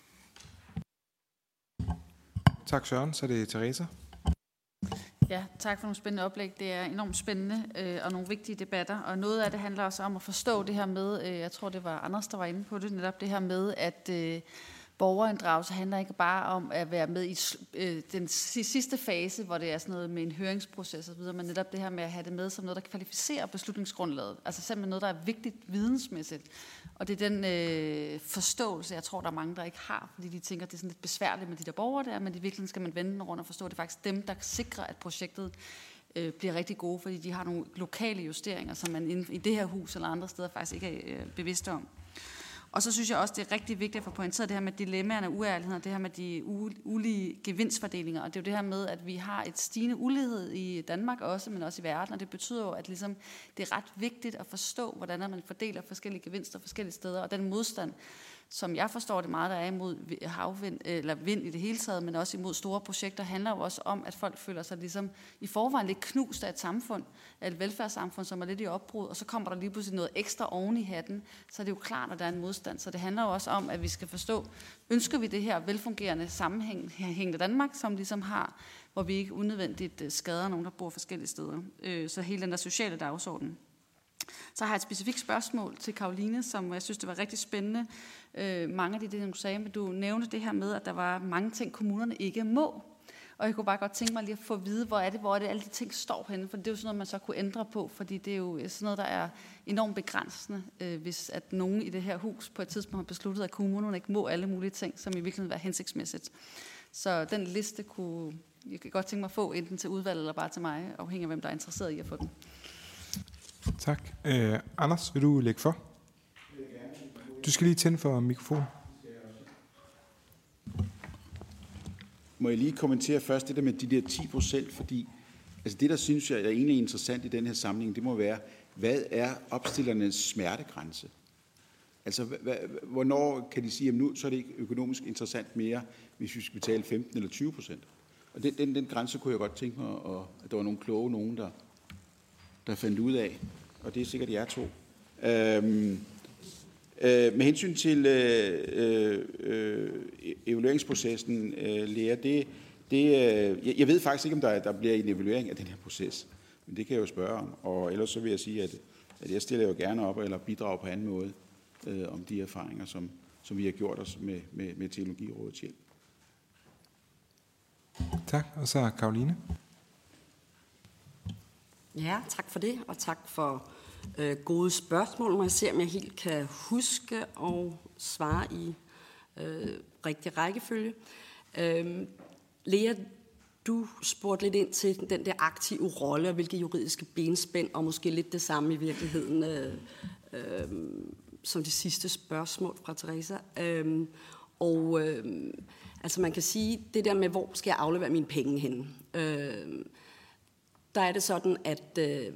Tak Søren, så er det Teresa. Ja, tak for nogle spændende oplæg. Det er enormt spændende øh, og nogle vigtige debatter. Og noget af det handler også om at forstå det her med, øh, jeg tror det var Anders, der var inde på det, netop det her med, at øh, borgerinddragelse handler ikke bare om at være med i øh, den sidste fase, hvor det er sådan noget med en høringsproces og videre, men netop det her med at have det med som noget, der kvalificerer beslutningsgrundlaget. Altså simpelthen noget, der er vigtigt vidensmæssigt. Og det er den øh, forståelse, jeg tror, der er mange, der ikke har, fordi de tænker, at det er sådan lidt besværligt med de der borgere der, men i virkeligheden skal man vende den rundt og forstå, at det er faktisk dem, der sikrer, at projektet øh, bliver rigtig gode, fordi de har nogle lokale justeringer, som man i det her hus eller andre steder faktisk ikke er øh, bevidste om. Og så synes jeg også, det er rigtig vigtigt at få pointeret det her med dilemmaerne, uærligheden, det her med de ulige gevinstfordelinger. Og det er jo det her med, at vi har et stigende ulighed i Danmark også, men også i verden. Og det betyder jo, at ligesom, det er ret vigtigt at forstå, hvordan man fordeler forskellige gevinster forskellige steder. Og den modstand, som jeg forstår det meget, der er imod havvind, eller vind i det hele taget, men også imod store projekter, handler jo også om, at folk føler sig ligesom i forvejen lidt knust af et samfund, af et velfærdssamfund, som er lidt i opbrud, og så kommer der lige pludselig noget ekstra oven i hatten, så er det jo klart, at der er en modstand. Så det handler jo også om, at vi skal forstå, ønsker vi det her velfungerende sammenhængende Danmark, som ligesom har, hvor vi ikke unødvendigt skader nogen, der bor forskellige steder. Så hele den der sociale dagsorden. Så har jeg et specifikt spørgsmål til Caroline, som jeg synes, det var rigtig spændende. Øh, mange af de ting, du sagde, men du nævnte det her med, at der var mange ting, kommunerne ikke må. Og jeg kunne bare godt tænke mig lige at få at vide, hvor er det, hvor er det alle de ting står henne. For det er jo sådan noget, man så kunne ændre på, fordi det er jo sådan noget, der er enormt begrænsende, øh, hvis at nogen i det her hus på et tidspunkt har besluttet, at kommunerne ikke må alle mulige ting, som i virkeligheden er hensigtsmæssigt. Så den liste kunne jeg kan godt tænke mig at få, enten til udvalget eller bare til mig, afhængig af hvem der er interesseret i at få den. Tak. Øh, Anders, vil du lægge for? Du skal lige tænde for mikrofonen. Må jeg lige kommentere først det der med de der ti procent, fordi altså det, der synes jeg er egentlig interessant i den her sammenhæng, det må være, hvad er opstillernes smertegrænse? Altså, hvad, hvornår kan de sige, at nu så er det ikke økonomisk interessant mere, hvis vi skal betale femten eller tyve procent? Og den, den, den grænse kunne jeg godt tænke mig, og, at der var nogle kloge nogen, der, der fandt ud af, og det er sikkert jer to. Øhm, øh, med hensyn til øh, øh, evalueringsprocessen, øh, Lea, det, det, øh, jeg ved faktisk ikke, om der, der bliver en evaluering af den her proces, men det kan jeg jo spørge om, og ellers så vil jeg sige, at, at jeg stiller jo gerne op eller bidrager på anden måde øh, om de erfaringer, som, som vi har gjort os med, med, med Teknologirådets hjælp. Tak, og så Caroline. Ja, tak for det, og tak for øh, gode spørgsmål. Må jeg se, om jeg helt kan huske og svare i øh, rigtig rækkefølge. Øh, Lea, du spurgte lidt ind til den der aktive rolle, og hvilke juridiske benspænd, og måske lidt det samme i virkeligheden, øh, øh, som det sidste spørgsmål fra Teresa. Øh, og øh, altså man kan sige, det der med, hvor skal jeg aflevere mine penge henne? Øh, Der er det sådan, at øh,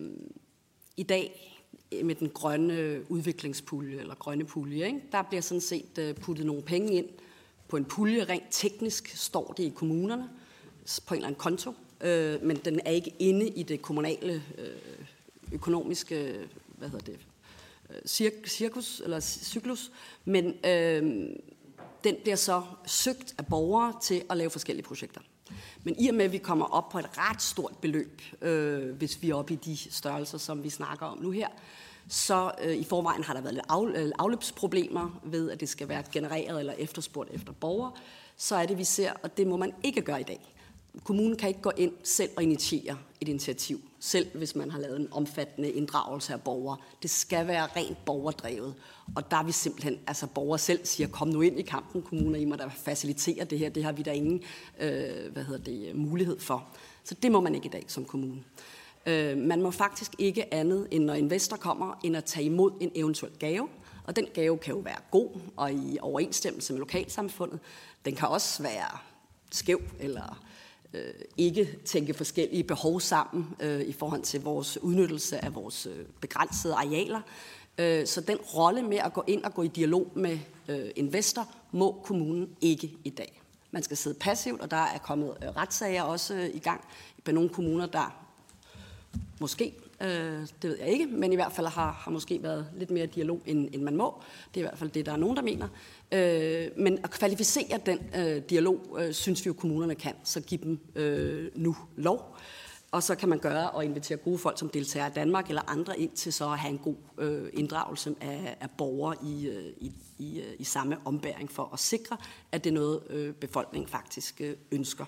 i dag med den grønne udviklingspulje, eller grønne pulje, ikke, der bliver sådan set øh, puttet nogle penge ind på en pulje. Rent teknisk står det i kommunerne på en eller anden konto, øh, men den er ikke inde i det kommunale øh, økonomiske, hvad hedder det, cir- cirkus, eller cyklus, men øh, den bliver så søgt af borgere til at lave forskellige projekter. Men i og med, at vi kommer op på et ret stort beløb, øh, hvis vi er oppe i de størrelser, som vi snakker om nu her, så øh, i forvejen har der været lidt af, afløbsproblemer ved, at det skal være genereret eller efterspurgt efter borgere, så er det, vi ser, og det må man ikke gøre i dag. Kommunen kan ikke gå ind selv og initiere et initiativ, selv hvis man har lavet en omfattende inddragelse af borgere. Det skal være rent borgerdrevet, og der er vi simpelthen, altså borgere selv siger, kom nu ind i kampen, kommuner, I må da facilitere det her, det har vi da ingen øh, hvad hedder det, mulighed for. Så det må man ikke i dag som kommune. Øh, man må faktisk ikke andet, end når investor kommer, end at tage imod en eventuel gave, og den gave kan jo være god og i overensstemmelse med lokalsamfundet. Den kan også være skæv eller øh, ikke tænke forskellige behov sammen øh, i forhold til vores udnyttelse af vores øh, begrænsede arealer. Øh, så den rolle med at gå ind og gå i dialog med øh, investor, må kommunen ikke i dag. Man skal sidde passivt, og der er kommet øh, retssager også øh, i gang på nogle kommuner, der måske, øh, det ved jeg ikke, men i hvert fald har, har måske været lidt mere dialog, end, end man må. Det er i hvert fald det, der er nogen, der mener. Øh, men at kvalificere den øh, dialog, øh, synes vi jo, kommunerne kan, så give dem øh, nu lov. Og så kan man gøre og invitere gode folk, som deltager i Danmark eller andre ind til så at have en god øh, inddragelse af, af borgere i, øh, i, i, øh, i samme ombæring for at sikre, at det er noget, øh, befolkningen faktisk øh, ønsker.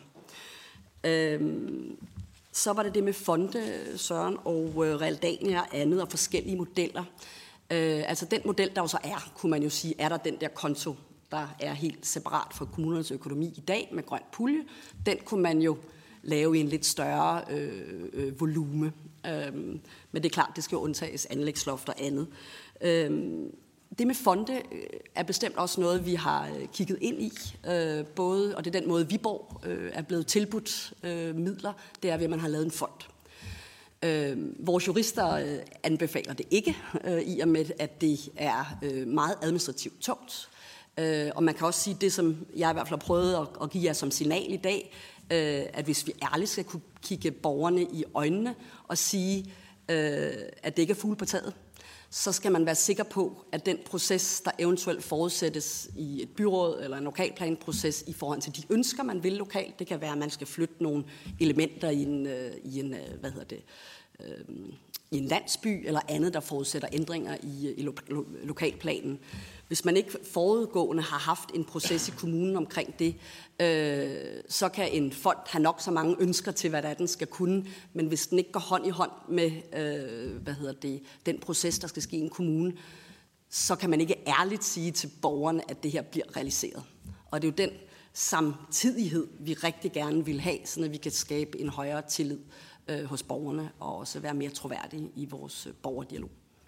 Øh, Så var det det med fonde, Søren, og øh, Realdania og andet, og forskellige modeller. Øh, altså den model, der jo så er, kunne man jo sige, er der den der konto, der er helt separat for kommunernes økonomi i dag med grøn pulje. Den kunne man jo lave i en lidt større øh, øh, volume. Øh, men det er klart, det skal jo undtages anlægsloft og andet. Øh, Det med fonde er bestemt også noget, vi har kigget ind i, øh, både, og det er den måde, Viborg øh, er blevet tilbudt øh, midler, det er ved, at man har lavet en fond. Øh, vores jurister øh, anbefaler det ikke, øh, i og med, at det er øh, meget administrativt tungt. Øh, og man kan også sige det, som jeg i hvert fald har prøvet at, at give jer som signal i dag, øh, at hvis vi ærligt skal kunne kigge borgerne i øjnene og sige, øh, at det ikke er fugle på taget, så skal man være sikker på, at den proces, der eventuelt forudsættes i et byråd eller en lokalplanproces i forhold til de ønsker, man vil lokalt, det kan være, at man skal flytte nogle elementer i en, i en, hvad hedder det, i en landsby eller andet, der forudsætter ændringer i, i lo, lo, lokalplanen. Hvis man ikke forudgående har haft en proces i kommunen omkring det, øh, så kan en fond have nok så mange ønsker til, hvad der den skal kunne, men hvis den ikke går hånd i hånd med øh, hvad hedder det, den proces, der skal ske i en kommune, så kan man ikke ærligt sige til borgerne, at det her bliver realiseret. Og det er jo den samtidighed, vi rigtig gerne vil have, så vi kan skabe en højere tillid øh, hos borgerne og også være mere troværdige i vores borgerdialog.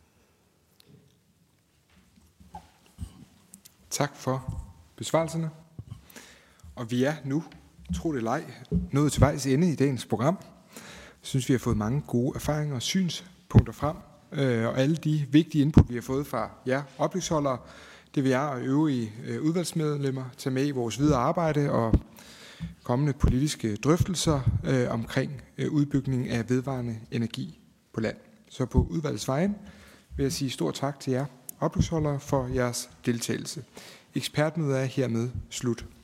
Tak for besvarelserne. Og vi er nu, tro det eller ej, nået til vejs ende i dagens program. Jeg synes, vi har fået mange gode erfaringer og synspunkter frem. Og alle de vigtige input, vi har fået fra jer oplægsholdere, det vil jeg og øvrige udvalgsmedlemmer tage med i vores videre arbejde og kommende politiske drøftelser omkring udbygning af vedvarende energi på land. Så på udvalgsvejen vil jeg sige stor tak til jer oplægsholdere for jeres deltagelse. Ekspertmødet er hermed slut.